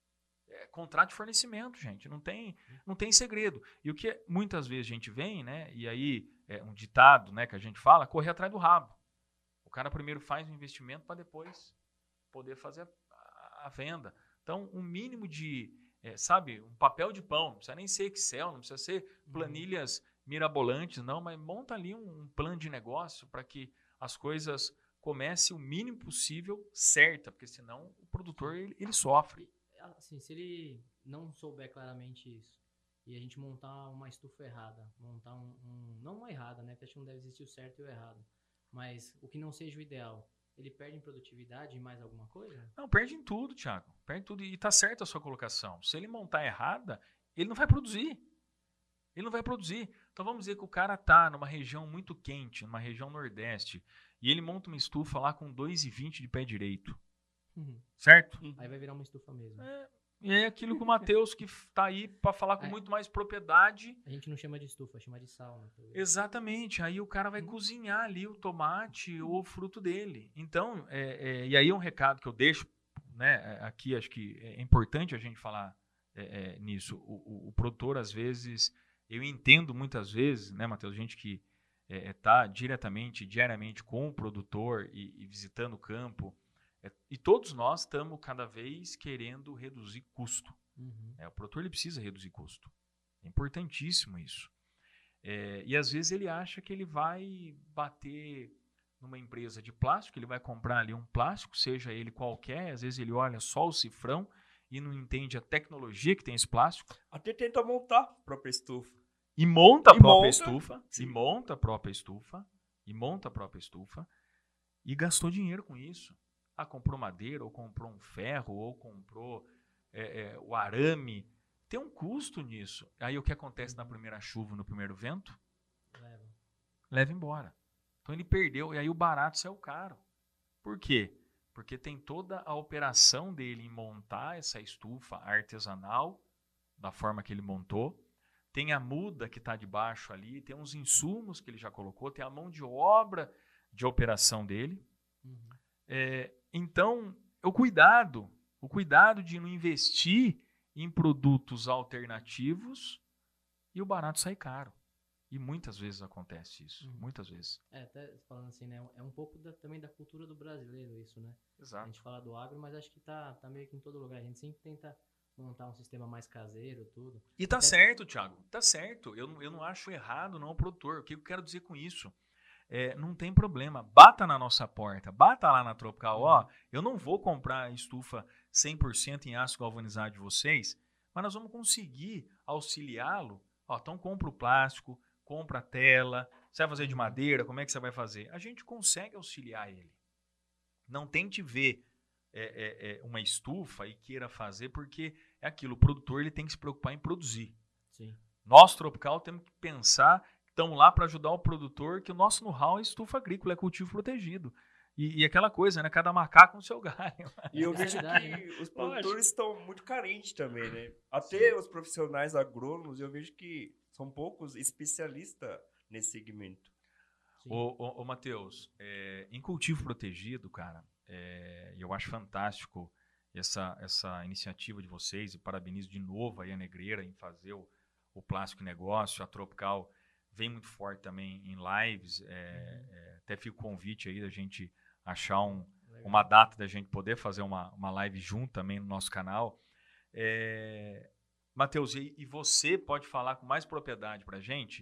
É, contrato de fornecimento, gente, não tem, não tem segredo. E o que muitas vezes a gente vem, né, e aí é um ditado, né, que a gente fala, correr atrás do rabo. O cara primeiro faz o investimento para depois poder fazer a, a venda. Então, um mínimo de, é, sabe, um papel de pão, não precisa nem ser Excel, não precisa ser planilhas mirabolantes, não, mas monta ali um, um plano de negócio para que as coisas comecem o mínimo possível certa, porque senão o produtor ele, ele sofre. Assim, se ele não souber claramente isso e a gente montar uma estufa errada, montar um, um não uma errada, né, porque acho que não deve existir o certo e o errado, mas o que não seja o ideal, ele perde em produtividade em mais alguma coisa? Não, perde em tudo, Thiago, perde em tudo, e tá certa a sua colocação. Se ele montar errada, ele não vai produzir. Ele não vai produzir. Então vamos dizer que o cara tá numa região muito quente, numa região nordeste, e ele monta uma estufa lá com dois e vinte de pé direito. Uhum. Certo? Uhum. Aí vai virar uma estufa mesmo. É, e é aquilo que o Matheus que tá aí para falar com é. muito mais propriedade. A gente não chama de estufa, chama de sauna. Exatamente. Aí o cara vai uhum. cozinhar ali o tomate ou o fruto dele. Então, é, é, e aí um recado que eu deixo, né, aqui acho que é importante a gente falar é, é, nisso. O, o, o produtor, às vezes, eu entendo muitas vezes, né, Matheus, gente que está é, diretamente, diariamente com o produtor e, e visitando o campo. É, e todos nós estamos cada vez querendo reduzir custo. Uhum. É, o produtor ele precisa reduzir custo. É importantíssimo isso. É, e às vezes ele acha que ele vai bater numa empresa de plástico, ele vai comprar ali um plástico, seja ele qualquer, às vezes ele olha só o cifrão e não entende a tecnologia que tem esse plástico. Até tenta montar a própria estufa. E monta a E própria monta, estufa. sim. E monta a própria estufa. E monta a própria estufa. E gastou dinheiro com isso. Ah, comprou madeira, ou comprou um ferro, ou comprou é, é, o arame. Tem um custo nisso. Aí o que acontece na primeira chuva, no primeiro vento? Leva. Leva embora. Então ele perdeu. E aí o barato saiu caro. Por quê? Porque tem toda a operação dele em montar essa estufa artesanal, da forma que ele montou. Tem a muda que está debaixo ali, tem uns insumos que ele já colocou, tem a mão de obra de operação dele. Uhum. É, então, o cuidado, o cuidado de não investir em produtos alternativos e o barato sai caro. E muitas vezes acontece isso, Uhum. muitas vezes. É, até falando assim, né? É um pouco da, também da cultura do brasileiro isso, né? A Exato. gente fala do agro, mas acho que tá, tá meio que em todo lugar. A gente sempre tenta montar um sistema mais caseiro, tudo. E tá É. certo, Thiago, tá certo. Eu, não- eu não acho errado não o produtor. O que eu quero dizer com isso? É, não tem problema. Bata na nossa porta, bata lá na Tropical. Ó, eu não vou comprar estufa cem por cento em aço galvanizado de vocês, mas nós vamos conseguir auxiliá-lo. Ó, então compra o plástico, compra a tela. Você vai fazer de madeira? Como é que você vai fazer? A gente consegue auxiliar ele. Não tente ver é, é, é, uma estufa e queira fazer, porque é aquilo, o produtor ele tem que se preocupar em produzir. Sim. Nós, Tropical, temos que pensar, estamos lá para ajudar o produtor, que o nosso know-how é estufa agrícola, é cultivo protegido. E, e aquela coisa, né? Cada macaco no seu galho. E eu É vejo verdade, que né? os produtores estão muito carentes também, né? Até Sim. os profissionais agrônomos, eu vejo que são poucos especialistas nesse segmento. Sim. Ô, ô, ô Matheus, é, em cultivo protegido, cara, é, eu acho fantástico essa, essa iniciativa de vocês e parabenizo de novo aí a Negreira em fazer o, o Plástico Negócio. A Tropical vem muito forte também em lives. É, Uhum. é, até fica o convite aí da gente achar um, Legal. uma data da gente poder fazer uma, uma live junto também no nosso canal. É, Matheus, e, e você pode falar com mais propriedade pra gente?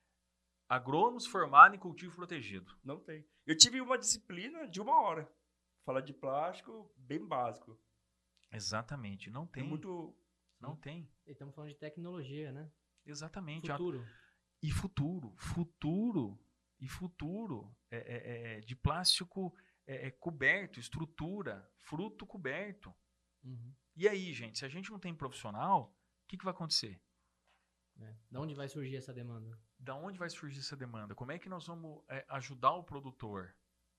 Agrônomos formados em cultivo protegido. Não tem. Eu tive uma disciplina de uma hora. Falar de plástico, bem básico. Exatamente, não Tem tem. muito... Não tem. E estamos falando de tecnologia, né? Exatamente. Futuro. E futuro, futuro, e futuro é, é, é, de plástico é, é, coberto, estrutura, fruto coberto. Uhum. E aí, gente, se a gente não tem profissional, o que, que vai acontecer? É. Da onde vai surgir essa demanda? Da onde vai surgir essa demanda? Como é que nós vamos é, ajudar o produtor?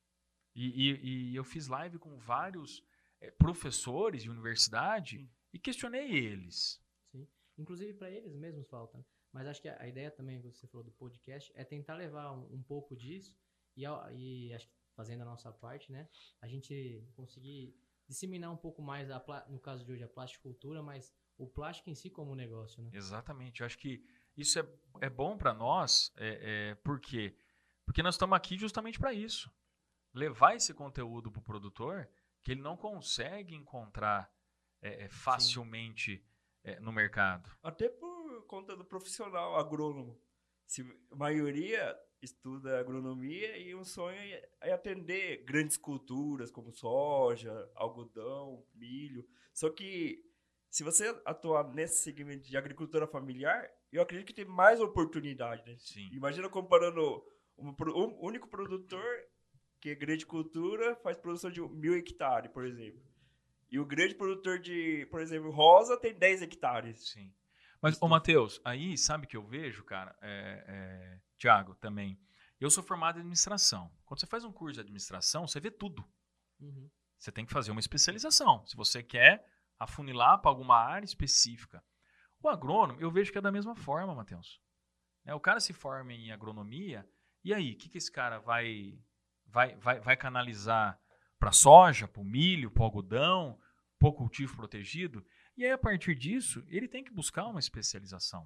E, e, e eu fiz live com vários é, professores de universidade Sim. e questionei eles. Sim. Inclusive para eles mesmos falta. Né? Mas acho que a, a ideia também que você falou do podcast é tentar levar um, um pouco disso e, e acho que fazendo a nossa parte, né? A gente conseguir disseminar um pouco mais, a, no caso de hoje, a plasticultura, mas o plástico em si como negócio, né? Exatamente. Eu acho que isso é, é bom para nós, é, é, por quê? Porque nós estamos aqui justamente para isso. Levar esse conteúdo para o produtor que ele não consegue encontrar é, é, facilmente é, no mercado. Até por conta do profissional agrônomo. Se a maioria estuda agronomia e o sonho é atender grandes culturas como soja, algodão, milho. Só que se você atuar nesse segmento de agricultura familiar, eu acredito que tem mais oportunidade. Né? Sim. Imagina comparando um, um único produtor que é grande cultura, faz produção de mil hectares, por exemplo. E o grande produtor de, por exemplo, rosa tem dez hectares. Sim. Mas, ô Matheus, aí sabe o que eu vejo, cara? É, é, Thiago, também. Eu sou formado em administração. Quando você faz um curso de administração, você vê tudo. Uhum. Você tem que fazer uma especialização. Se você quer afunilar para alguma área específica. O agrônomo, eu vejo que é da mesma forma, Matheus. É, o cara se forma em agronomia, e aí, o que, que esse cara vai, vai, vai, vai canalizar para soja, para o milho, para o algodão, para o cultivo protegido? E aí, a partir disso, ele tem que buscar uma especialização.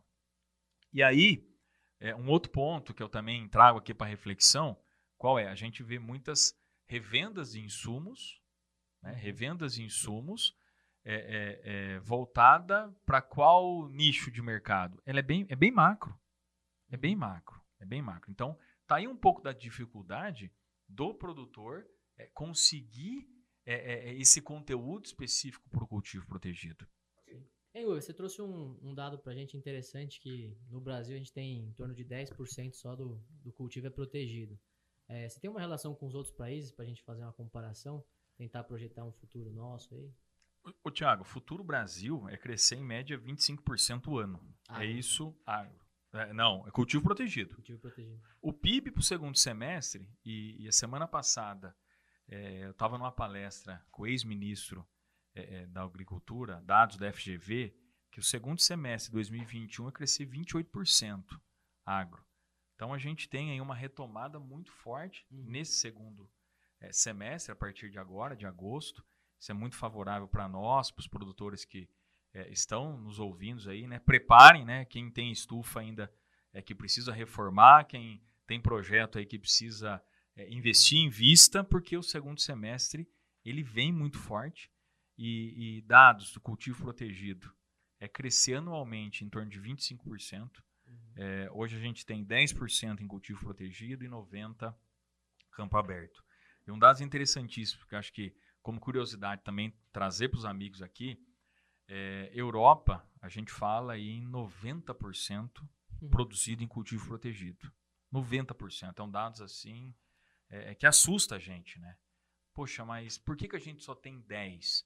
E aí, é, um outro ponto que eu também trago aqui para reflexão, qual é? A gente vê muitas revendas de insumos, né? revendas de insumos é, é, é, voltada para qual nicho de mercado? Ela é bem, é bem macro. É bem macro. É bem macro. Então, tá aí um pouco da dificuldade do produtor é, conseguir é, é, esse conteúdo específico para o cultivo protegido. Ei, Will, você trouxe um, um dado pra gente interessante que no Brasil a gente tem em torno de dez por cento só do, do cultivo é protegido. É, você tem uma relação com os outros países pra gente fazer uma comparação, tentar projetar um futuro nosso aí? Ô, Thiago, o futuro Brasil é crescer em média vinte e cinco por cento o ano. Ah, é isso, agro. É, não, é cultivo protegido. Cultivo protegido. O P I B para o segundo semestre, e, e a semana passada é, eu estava numa palestra com o ex-ministro é, é, da Agricultura, dados da F G V, que o segundo semestre de dois mil e vinte e um ia crescer vinte e oito por cento agro. Então a gente tem aí uma retomada muito forte uhum. nesse segundo é, semestre, a partir de agora, de agosto. Isso é muito favorável para nós, para os produtores que é, estão nos ouvindo aí, né? Preparem, né? Quem tem estufa ainda é, que precisa reformar, quem tem projeto aí que precisa é, investir em vista, porque o segundo semestre ele vem muito forte e, e dados do cultivo protegido é crescer anualmente em torno de vinte e cinco por cento. Uhum. É, hoje a gente tem dez por cento em cultivo protegido e noventa por cento campo aberto. E um dado interessantíssimo, que eu acho que, como curiosidade também, trazer para os amigos aqui, é, Europa, a gente fala aí em noventa por cento uhum. produzido em cultivo protegido. noventa por cento. São dados assim é, que assusta a gente, né? Poxa, mas por que, que a gente só tem dez?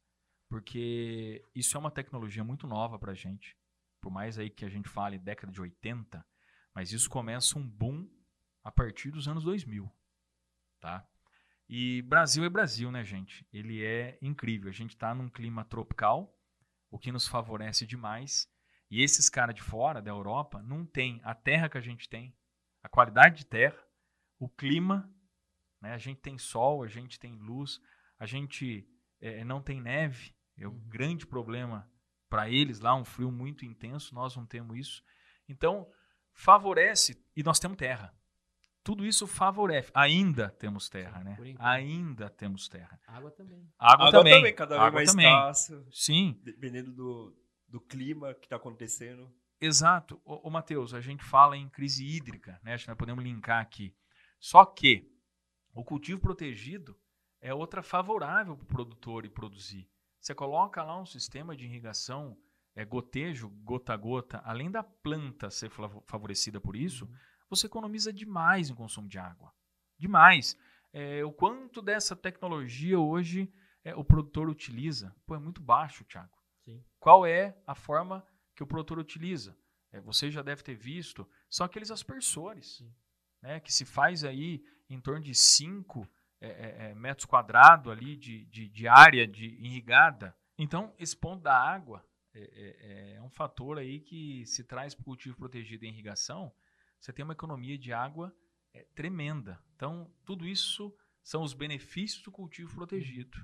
Porque isso é uma tecnologia muito nova para a gente. Por mais aí que a gente fale década de oitenta, mas isso começa um boom a partir dos anos dois mil, tá? E Brasil é Brasil, né, gente? Ele é incrível. A gente está num clima tropical, o que nos favorece demais. E esses caras de fora, da Europa, não tem a terra que a gente tem, a qualidade de terra, o clima, né? A gente tem sol, a gente tem luz, a gente é, não tem neve. É um grande problema para eles lá, um frio muito intenso. Nós não temos isso. Então, favorece, e nós temos terra. Tudo isso favorece. Ainda temos terra, sim, né? Ainda temos terra. Água também. Água, Água também. também, cada vez Água mais também. escasso. Sim. Dependendo do, do clima que está acontecendo. Exato. Ô, ô Matheus, a gente fala em crise hídrica, né? Acho que nós podemos linkar aqui. Só que o cultivo protegido é outra favorável para o produtor e produzir. Você coloca lá um sistema de irrigação, é, gotejo, gota a gota, além da planta ser favorecida por isso, uhum. você economiza demais em consumo de água. Demais. É, o quanto dessa tecnologia hoje é, o produtor utiliza? Pô, é muito baixo, Thiago. Sim. Qual é a forma que o produtor utiliza? É, você já deve ter visto, são aqueles aspersores, né, que se faz aí em torno de cinco é, é, metros quadrados ali de, de, de área de irrigada. Então, esse ponto da água é, é, é um fator aí que se traz para o cultivo protegido em irrigação. Você tem uma economia de água é, tremenda. Então, tudo isso são os benefícios do cultivo protegido.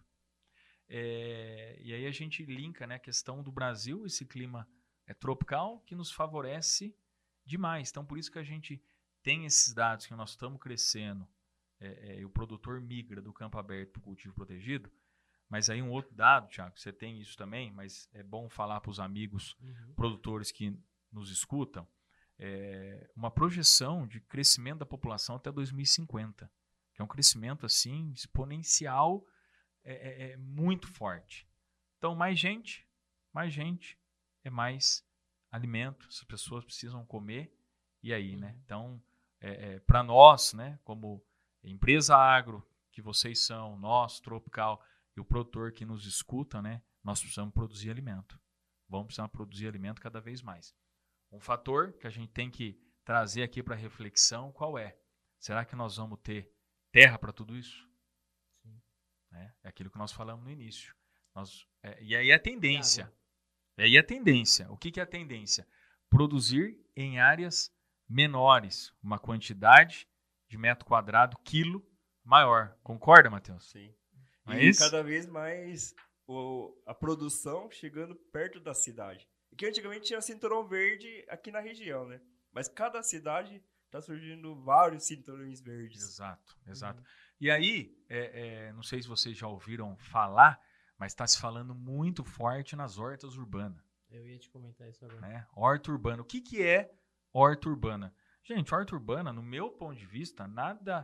É, e aí a gente linka, né, a questão do Brasil, esse clima é, tropical, que nos favorece demais. Então, por isso que a gente tem esses dados que nós estamos crescendo, é, é, e o produtor migra do campo aberto para o cultivo protegido. Mas aí um outro dado, Thiago, você tem isso também, mas é bom falar para os amigos uhum. produtores que nos escutam, É uma projeção de crescimento da população até dois mil e cinquenta, que é um crescimento assim exponencial, é, é, é muito forte. Então, mais gente, mais gente, é mais alimento, as pessoas precisam comer, e aí, uhum. né? Então, é, é, para nós, né, como empresa agro, que vocês são, nós, Tropical, e o produtor que nos escuta, né, nós precisamos produzir alimento. Vamos precisar produzir alimento cada vez mais. Um fator que a gente tem que trazer aqui para reflexão, qual é? Será que nós vamos ter terra para tudo isso? Sim. É, é aquilo que nós falamos no início. Nós, é, e aí a tendência. E aí a tendência. O que, que é a tendência? Produzir em áreas menores, uma quantidade de metro quadrado, quilo maior. Concorda, Matheus? Sim. Não e é isso? Cada vez mais o, a produção chegando perto da cidade. Que antigamente tinha cinturão verde aqui na região, né? Mas cada cidade está surgindo vários cinturões verdes. Exato, exato. Uhum. E aí, é, é, não sei se vocês já ouviram falar, mas está se falando muito forte nas hortas urbanas. Eu ia te comentar isso agora. Né? Horta urbana. O que, que é horta urbana? Gente, horta urbana, no meu ponto de vista, nada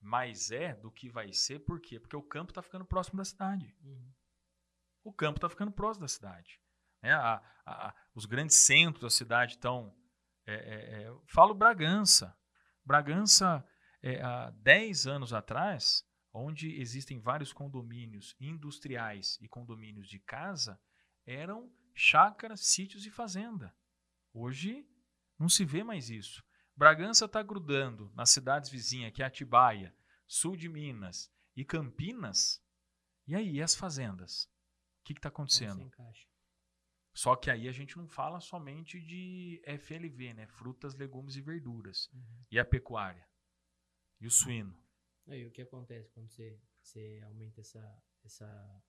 mais é do que vai ser. Por quê? Porque o campo está ficando próximo da cidade. Uhum. O campo está ficando próximo da cidade. É, a, a, os grandes centros da cidade estão... É, é, é, falo Bragança. Bragança, é, há dez anos atrás, onde existem vários condomínios industriais e condomínios de casa, eram chácaras, sítios e fazenda. Hoje não se vê mais isso. Bragança está grudando nas cidades vizinhas, que é Atibaia, sul de Minas e Campinas. E aí, e as fazendas? O que está acontecendo? Só que aí a gente não fala somente de F L V, né? Frutas, legumes e verduras. Uhum. E a pecuária. E o suíno. E o que acontece quando você, você aumenta essa, essa,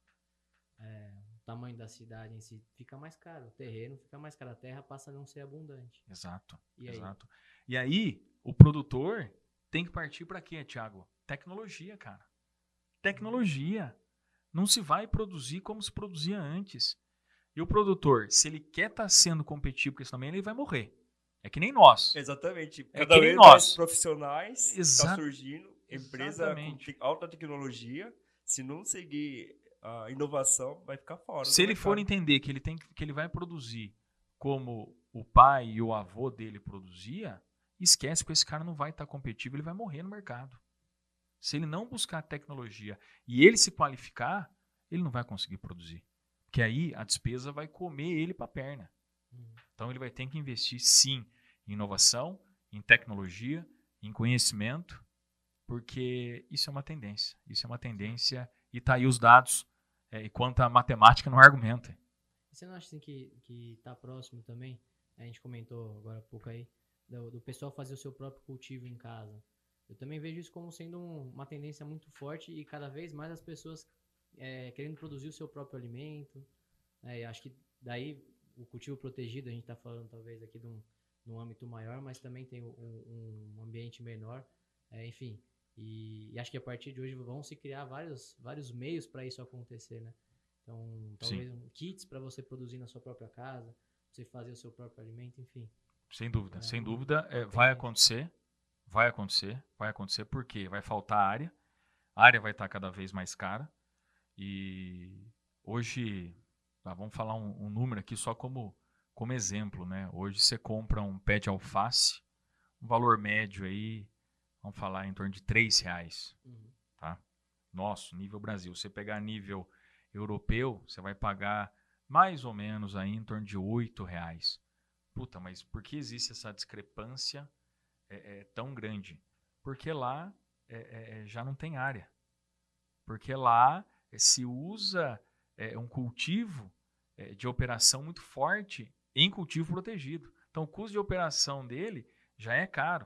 é, o tamanho da cidade em si? Fica mais caro. O terreno fica mais caro. A terra passa a não ser abundante. Exato. E exato. aí? E aí, o produtor tem que partir para quê, Thiago? Tecnologia, cara. Tecnologia. Não se vai produzir como se produzia antes. E o produtor, se ele quer estar tá sendo competitivo com isso também, ele vai morrer. É que nem nós. Exatamente. É Cada que nem vez nós. mais profissionais Exa- estão surgindo. Empresa Exatamente. com te- alta tecnologia. Se não seguir a inovação, vai ficar fora. Se ele for entender que ele, tem, que ele vai produzir como o pai e o avô dele produzia, esquece que esse cara não vai estar tá competitivo, ele vai morrer no mercado. Se ele não buscar tecnologia e ele se qualificar, ele não vai conseguir produzir. Porque aí a despesa vai comer ele para a perna. Uhum. Então ele vai ter que investir sim em inovação, em tecnologia, em conhecimento, porque isso é uma tendência. Isso é uma tendência e está aí os dados, é, e quanto a matemática não argumenta. Você não acha assim, que que está próximo também? A gente comentou agora há pouco aí, do, do pessoal fazer o seu próprio cultivo em casa. Eu também vejo isso como sendo um, uma tendência muito forte e cada vez mais as pessoas é, querendo produzir o seu próprio alimento. É, e acho que daí o cultivo protegido, a gente está falando talvez aqui de um, de um âmbito maior, mas também tem um, um ambiente menor, é, enfim. E, e acho que a partir de hoje vão se criar vários, vários meios para isso acontecer, né? Então, talvez um, kits para você produzir na sua própria casa, você fazer o seu próprio alimento, enfim. Sem dúvida, é, sem dúvida, é, vai acontecer, vai acontecer, vai acontecer, porque vai faltar área, a área vai estar cada vez mais cara, e hoje, tá, vamos falar um, um número aqui só como, como exemplo, né? Hoje você compra um pé de alface, um valor médio aí, vamos falar em torno de três reais, uhum. Tá? Nosso, nível Brasil. Você pegar nível europeu, você vai pagar mais ou menos aí em torno de oito reais. Puta, mas por que existe essa discrepância é, é, tão grande? Porque lá é, é, já não tem área. Porque lá é, se usa é, um cultivo é, de operação muito forte em cultivo protegido. Então o custo de operação dele já é caro.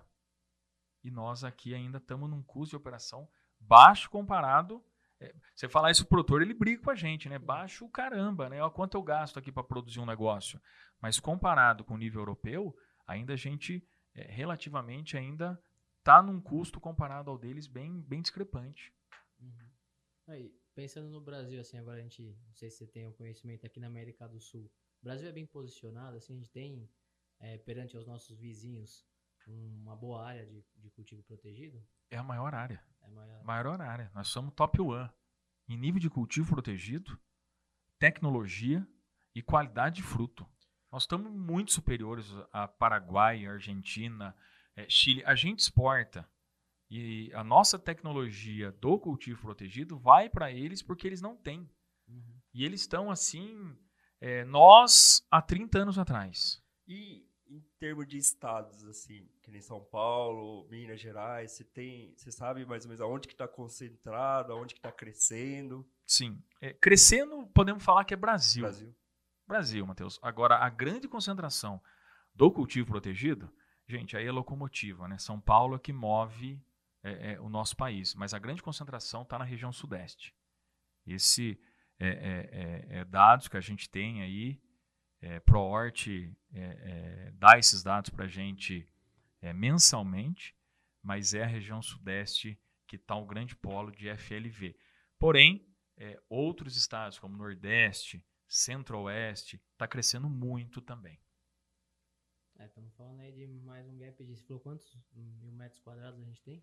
E nós aqui ainda estamos num custo de operação baixo comparado. É, você falar isso pro produtor, ele briga com a gente, né? Baixo o caramba, né? Olha quanto eu gasto aqui para produzir um negócio. Mas comparado com o nível europeu, ainda a gente é, relativamente ainda está num custo comparado ao deles bem, bem discrepante. Uhum. Aí, pensando no Brasil, assim, agora a gente, não sei se você tem o conhecimento aqui na América do Sul. O Brasil é bem posicionado, assim, a gente tem é, perante aos nossos vizinhos uma boa área de, de cultivo protegido? É a maior área. É a maior... maior área. Nós somos top one. Em nível de cultivo protegido, tecnologia e qualidade de fruto. Nós estamos muito superiores a Paraguai, Argentina, é, Chile. A gente exporta. E a nossa tecnologia do cultivo protegido vai para eles porque eles não têm. Uhum. E eles estão assim, é, nós há trinta anos atrás. E em termos de estados, assim, que nem São Paulo, Minas Gerais, você tem, você sabe mais ou menos aonde que está concentrado, aonde que está crescendo? Sim. É, crescendo, podemos falar que é Brasil. Brasil. Brasil, Matheus. Agora, a grande concentração do cultivo protegido, gente, aí é locomotiva, né? São Paulo é que move é, é, o nosso país, mas a grande concentração está na região sudeste. Esse é, é, é, é dados que a gente tem aí, é, ProHort é, é, dá esses dados para a gente é, mensalmente, mas é a região sudeste que está o grande polo de F L V. Porém, é, outros estados como Nordeste, Centro-Oeste, está crescendo muito também. É, estamos falando aí de mais um gap de... Você falou quantos mil metros quadrados a gente tem?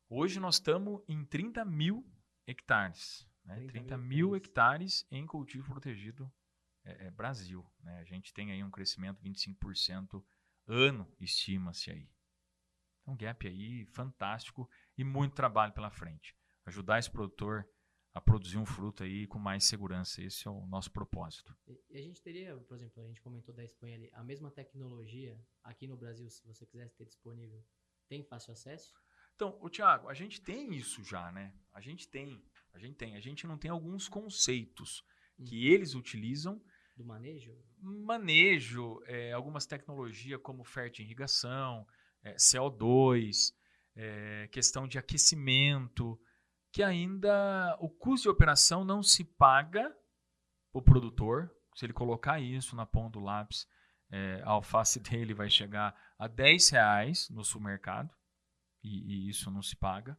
Hoje nós estamos em trinta mil hectares. Né? trinta mil hectares em cultivo protegido é, é Brasil. Né? A gente tem aí um crescimento de vinte e cinco por cento ano, estima-se aí. Um gap aí fantástico e muito trabalho pela frente. Ajudar esse produtor a produzir um fruto aí com mais segurança. Esse é o nosso propósito. E a gente teria, por exemplo, a gente comentou da Espanha ali, a mesma tecnologia aqui no Brasil, se você quisesse ter disponível, tem fácil acesso? Então, o Thiago, a gente tem isso já, né? A gente tem, a gente tem. A gente não tem alguns conceitos hum. que eles utilizam. Do manejo? Manejo, é, algumas tecnologias como fértil irrigação, é, C O dois, é, questão de aquecimento, que ainda o custo de operação não se paga para o produtor. Se ele colocar isso na ponta do lápis, é, a alface dele vai chegar a dez reais no supermercado, e, e isso não se paga.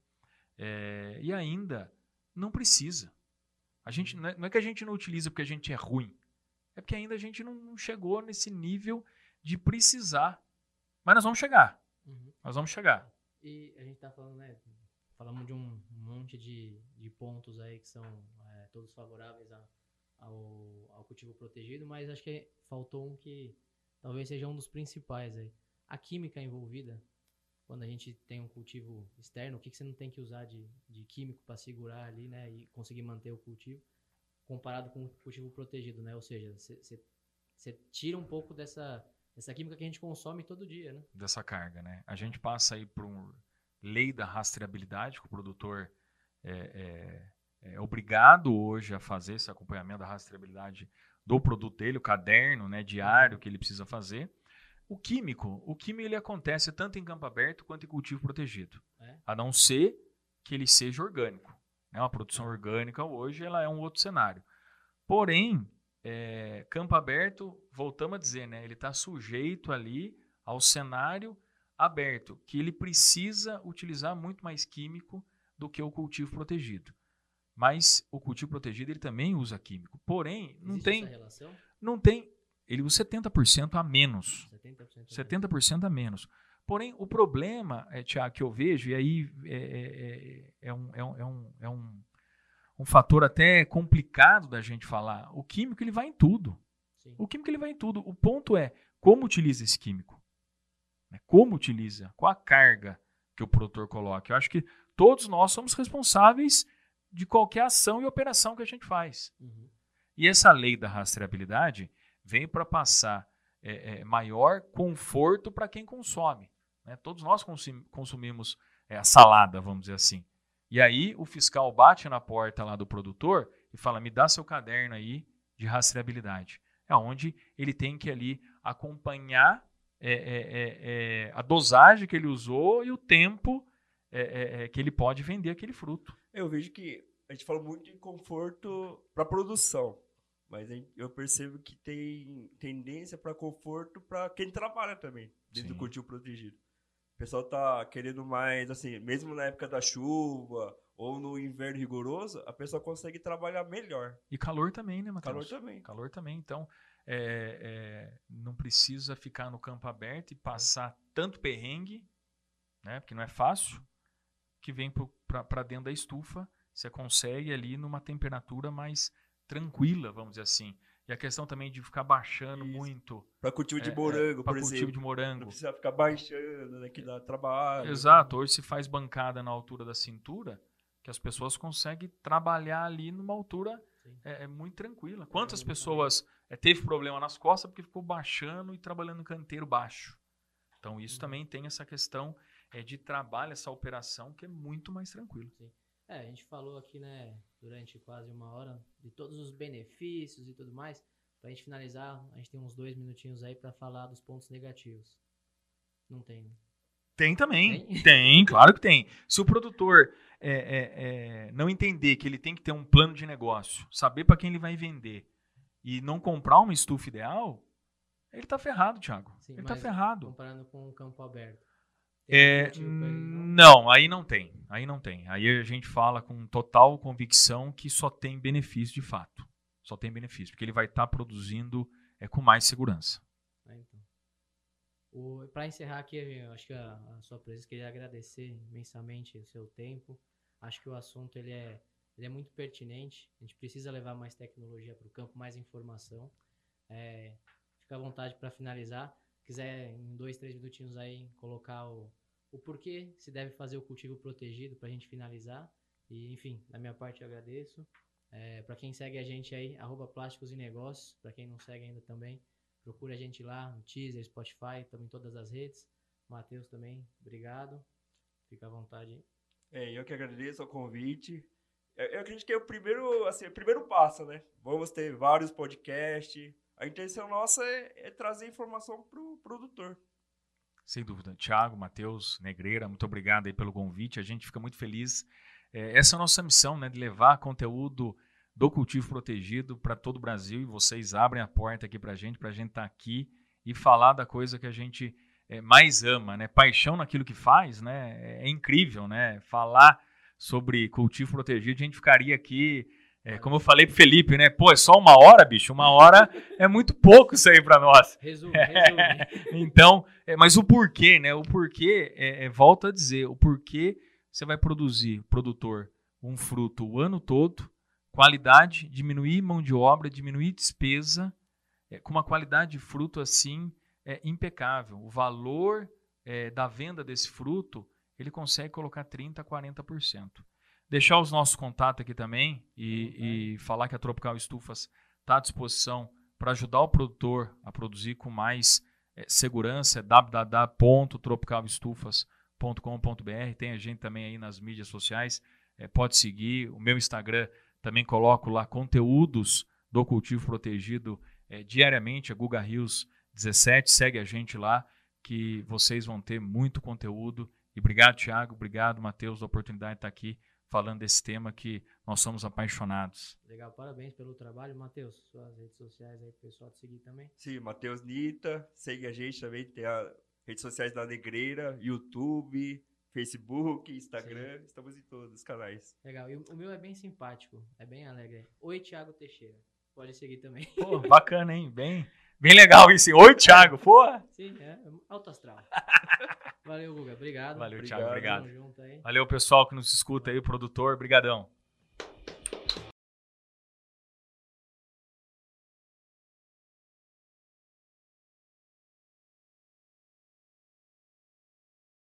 É, e ainda não precisa. A gente, não, é, não é que a gente não utiliza porque a gente é ruim, é porque ainda a gente não, não chegou nesse nível de precisar. Mas nós vamos chegar. Uhum. Nós vamos chegar. E a gente está falando, né? Falamos de um monte de, de pontos aí que são é, todos favoráveis a, ao, ao cultivo protegido, mas acho que faltou um que talvez seja um dos principais aí. A química envolvida, quando a gente tem um cultivo externo, o que, que você não tem que usar de, de químico para segurar ali, né? E conseguir manter o cultivo, comparado com o cultivo protegido, né? Ou seja, você tira um pouco dessa, dessa química que a gente consome todo dia, né? Dessa carga, né? A gente passa aí por um lei da rastreabilidade, que o produtor é, é, é obrigado hoje a fazer esse acompanhamento da rastreabilidade do produto dele, o caderno, né, diário que ele precisa fazer. O químico, o químico ele acontece tanto em campo aberto quanto em cultivo protegido, é? a não ser que ele seja orgânico. Né? Uma produção orgânica hoje ela é um outro cenário. Porém, é, campo aberto, voltamos a dizer, né, ele está sujeito ali ao cenário aberto, que ele precisa utilizar muito mais químico do que o cultivo protegido. Mas o cultivo protegido ele também usa químico. Porém, não Existe tem, essa relação? não tem, ele usa setenta por cento a menos. setenta por cento, setenta por cento a menos. Porém, o problema, é, Thiago, que eu vejo, e aí é, é, é, um, é, um, é, um, é um, um fator até complicado da gente falar, o químico ele vai em tudo. Sim. O químico ele vai em tudo. O ponto é como utiliza esse químico. Como utiliza, qual a carga que o produtor coloca. Eu acho que todos nós somos responsáveis de qualquer ação e operação que a gente faz. Uhum. E essa lei da rastreabilidade vem para passar é, é, maior conforto para quem consome. Né? Todos nós consum- consumimos é, a salada, vamos dizer assim. E aí o fiscal bate na porta lá do produtor e fala, me dá seu caderno aí de rastreabilidade. É onde ele tem que ali acompanhar É, é, é, é, a dosagem que ele usou e o tempo é, é, é, que ele pode vender aquele fruto. Eu vejo que a gente fala muito de conforto para produção, mas eu percebo que tem tendência para conforto para quem trabalha também dentro Sim. do cultivo protegido. O pessoal tá querendo mais, assim, mesmo na época da chuva ou no inverno rigoroso, a pessoa consegue trabalhar melhor. E calor também, né, Matheus? Calor também. Calor também, então... É, é, não precisa ficar no campo aberto e passar tanto perrengue, né, porque não é fácil, que vem para dentro da estufa, você consegue ali numa temperatura mais tranquila, vamos dizer assim. E a questão também de ficar baixando Isso. muito. Para cultivo de é, morango, é, por cultivo exemplo. de morango. Não precisa ficar baixando, né, que dá trabalho. Exato, hoje se faz bancada na altura da cintura, que as pessoas conseguem trabalhar ali numa altura é, é muito tranquila. Quantas pessoas é, teve problema nas costas porque ficou baixando e trabalhando no canteiro baixo? Então isso uhum. também tem essa questão é, de trabalho, essa operação que é muito mais tranquila. Sim. É, a gente falou aqui, né, durante quase uma hora de todos os benefícios e tudo mais. Pra gente finalizar, a gente tem uns dois minutinhos aí para falar dos pontos negativos. Não tem, né? Tem também, tem? tem, claro que tem. Se o produtor é, é, é, não entender que ele tem que ter um plano de negócio, saber para quem ele vai vender e não comprar uma estufa ideal, ele está ferrado, Thiago. Sim, ele está ferrado. Comparando com o campo aberto. É, não, aí não tem, aí não tem. Aí a gente fala com total convicção que só tem benefício de fato. Só tem benefício, porque ele vai estar tá produzindo é, com mais segurança. Ah, então. Para encerrar aqui, eu acho que a, a sua presença, queria agradecer imensamente o seu tempo. Acho que o assunto ele é, ele é muito pertinente. A gente precisa levar mais tecnologia para o campo, mais informação. É, fica à vontade para finalizar. Se quiser, em dois, três minutinhos aí, colocar o, o porquê se deve fazer o cultivo protegido para a gente finalizar. E, enfim, da minha parte eu agradeço. É, para quem segue a gente aí, arroba Plásticos e Negócios. Para quem não segue ainda também, procura a gente lá no Teaser, Spotify, estamos em todas as redes. Matheus também, obrigado. Fica à vontade. É, eu que agradeço o convite. Eu, eu acredito que é o primeiro, assim, o primeiro passo, né? Vamos ter vários podcasts. A intenção nossa é, é trazer informação para o produtor. Sem dúvida. Thiago, Matheus, Negreira, muito obrigado aí pelo convite. A gente fica muito feliz. É, essa é a nossa missão, né? De levar conteúdo do cultivo protegido para todo o Brasil, e vocês abrem a porta aqui para a gente, para a gente estar tá aqui e falar da coisa que a gente é, mais ama, né? Paixão naquilo que faz, né? É incrível, né? Falar sobre cultivo protegido, a gente ficaria aqui, é, como eu falei pro Felipe, né? Pô, é só uma hora, bicho? Uma hora é muito pouco isso aí para nós. Resume, resume. Então, é, mas o porquê, né? O porquê, é, é, volto a dizer, o porquê você vai produzir, produtor, um fruto o ano todo, qualidade, diminuir mão de obra, diminuir despesa, é, com uma qualidade de fruto assim é, impecável. O valor é, da venda desse fruto, ele consegue colocar trinta por cento, quarenta por cento. Deixar os nossos contatos aqui também e, e falar que a Tropical Estufas está à disposição para ajudar o produtor a produzir com mais é, segurança. É w w w ponto tropical estufas ponto com ponto b r. Tem a gente também aí nas mídias sociais, é, pode seguir. O meu Instagram, também coloco lá conteúdos do cultivo protegido é, diariamente, a Guga Rios dezessete, segue a gente lá que vocês vão ter muito conteúdo. E obrigado, Thiago, obrigado, Matheus, da oportunidade de estar aqui falando desse tema que nós somos apaixonados. Legal, parabéns pelo trabalho. Matheus, suas redes sociais aí, pro pessoal te seguir também. Sim, Matheus Nita, segue a gente também, tem as redes sociais da Negreira, YouTube, Facebook, Instagram, Sim. Estamos em todos os canais. Legal, e o meu é bem simpático, é bem alegre. Oi, Thiago Teixeira, pode seguir também. Pô, bacana, hein? Bem, bem legal isso. Oi, Thiago, pô! Sim, é alto astral. Valeu, Guga, obrigado. Valeu, Thiago, obrigado. Tamo junto aí. Valeu, pessoal que nos escuta aí, o produtor, brigadão.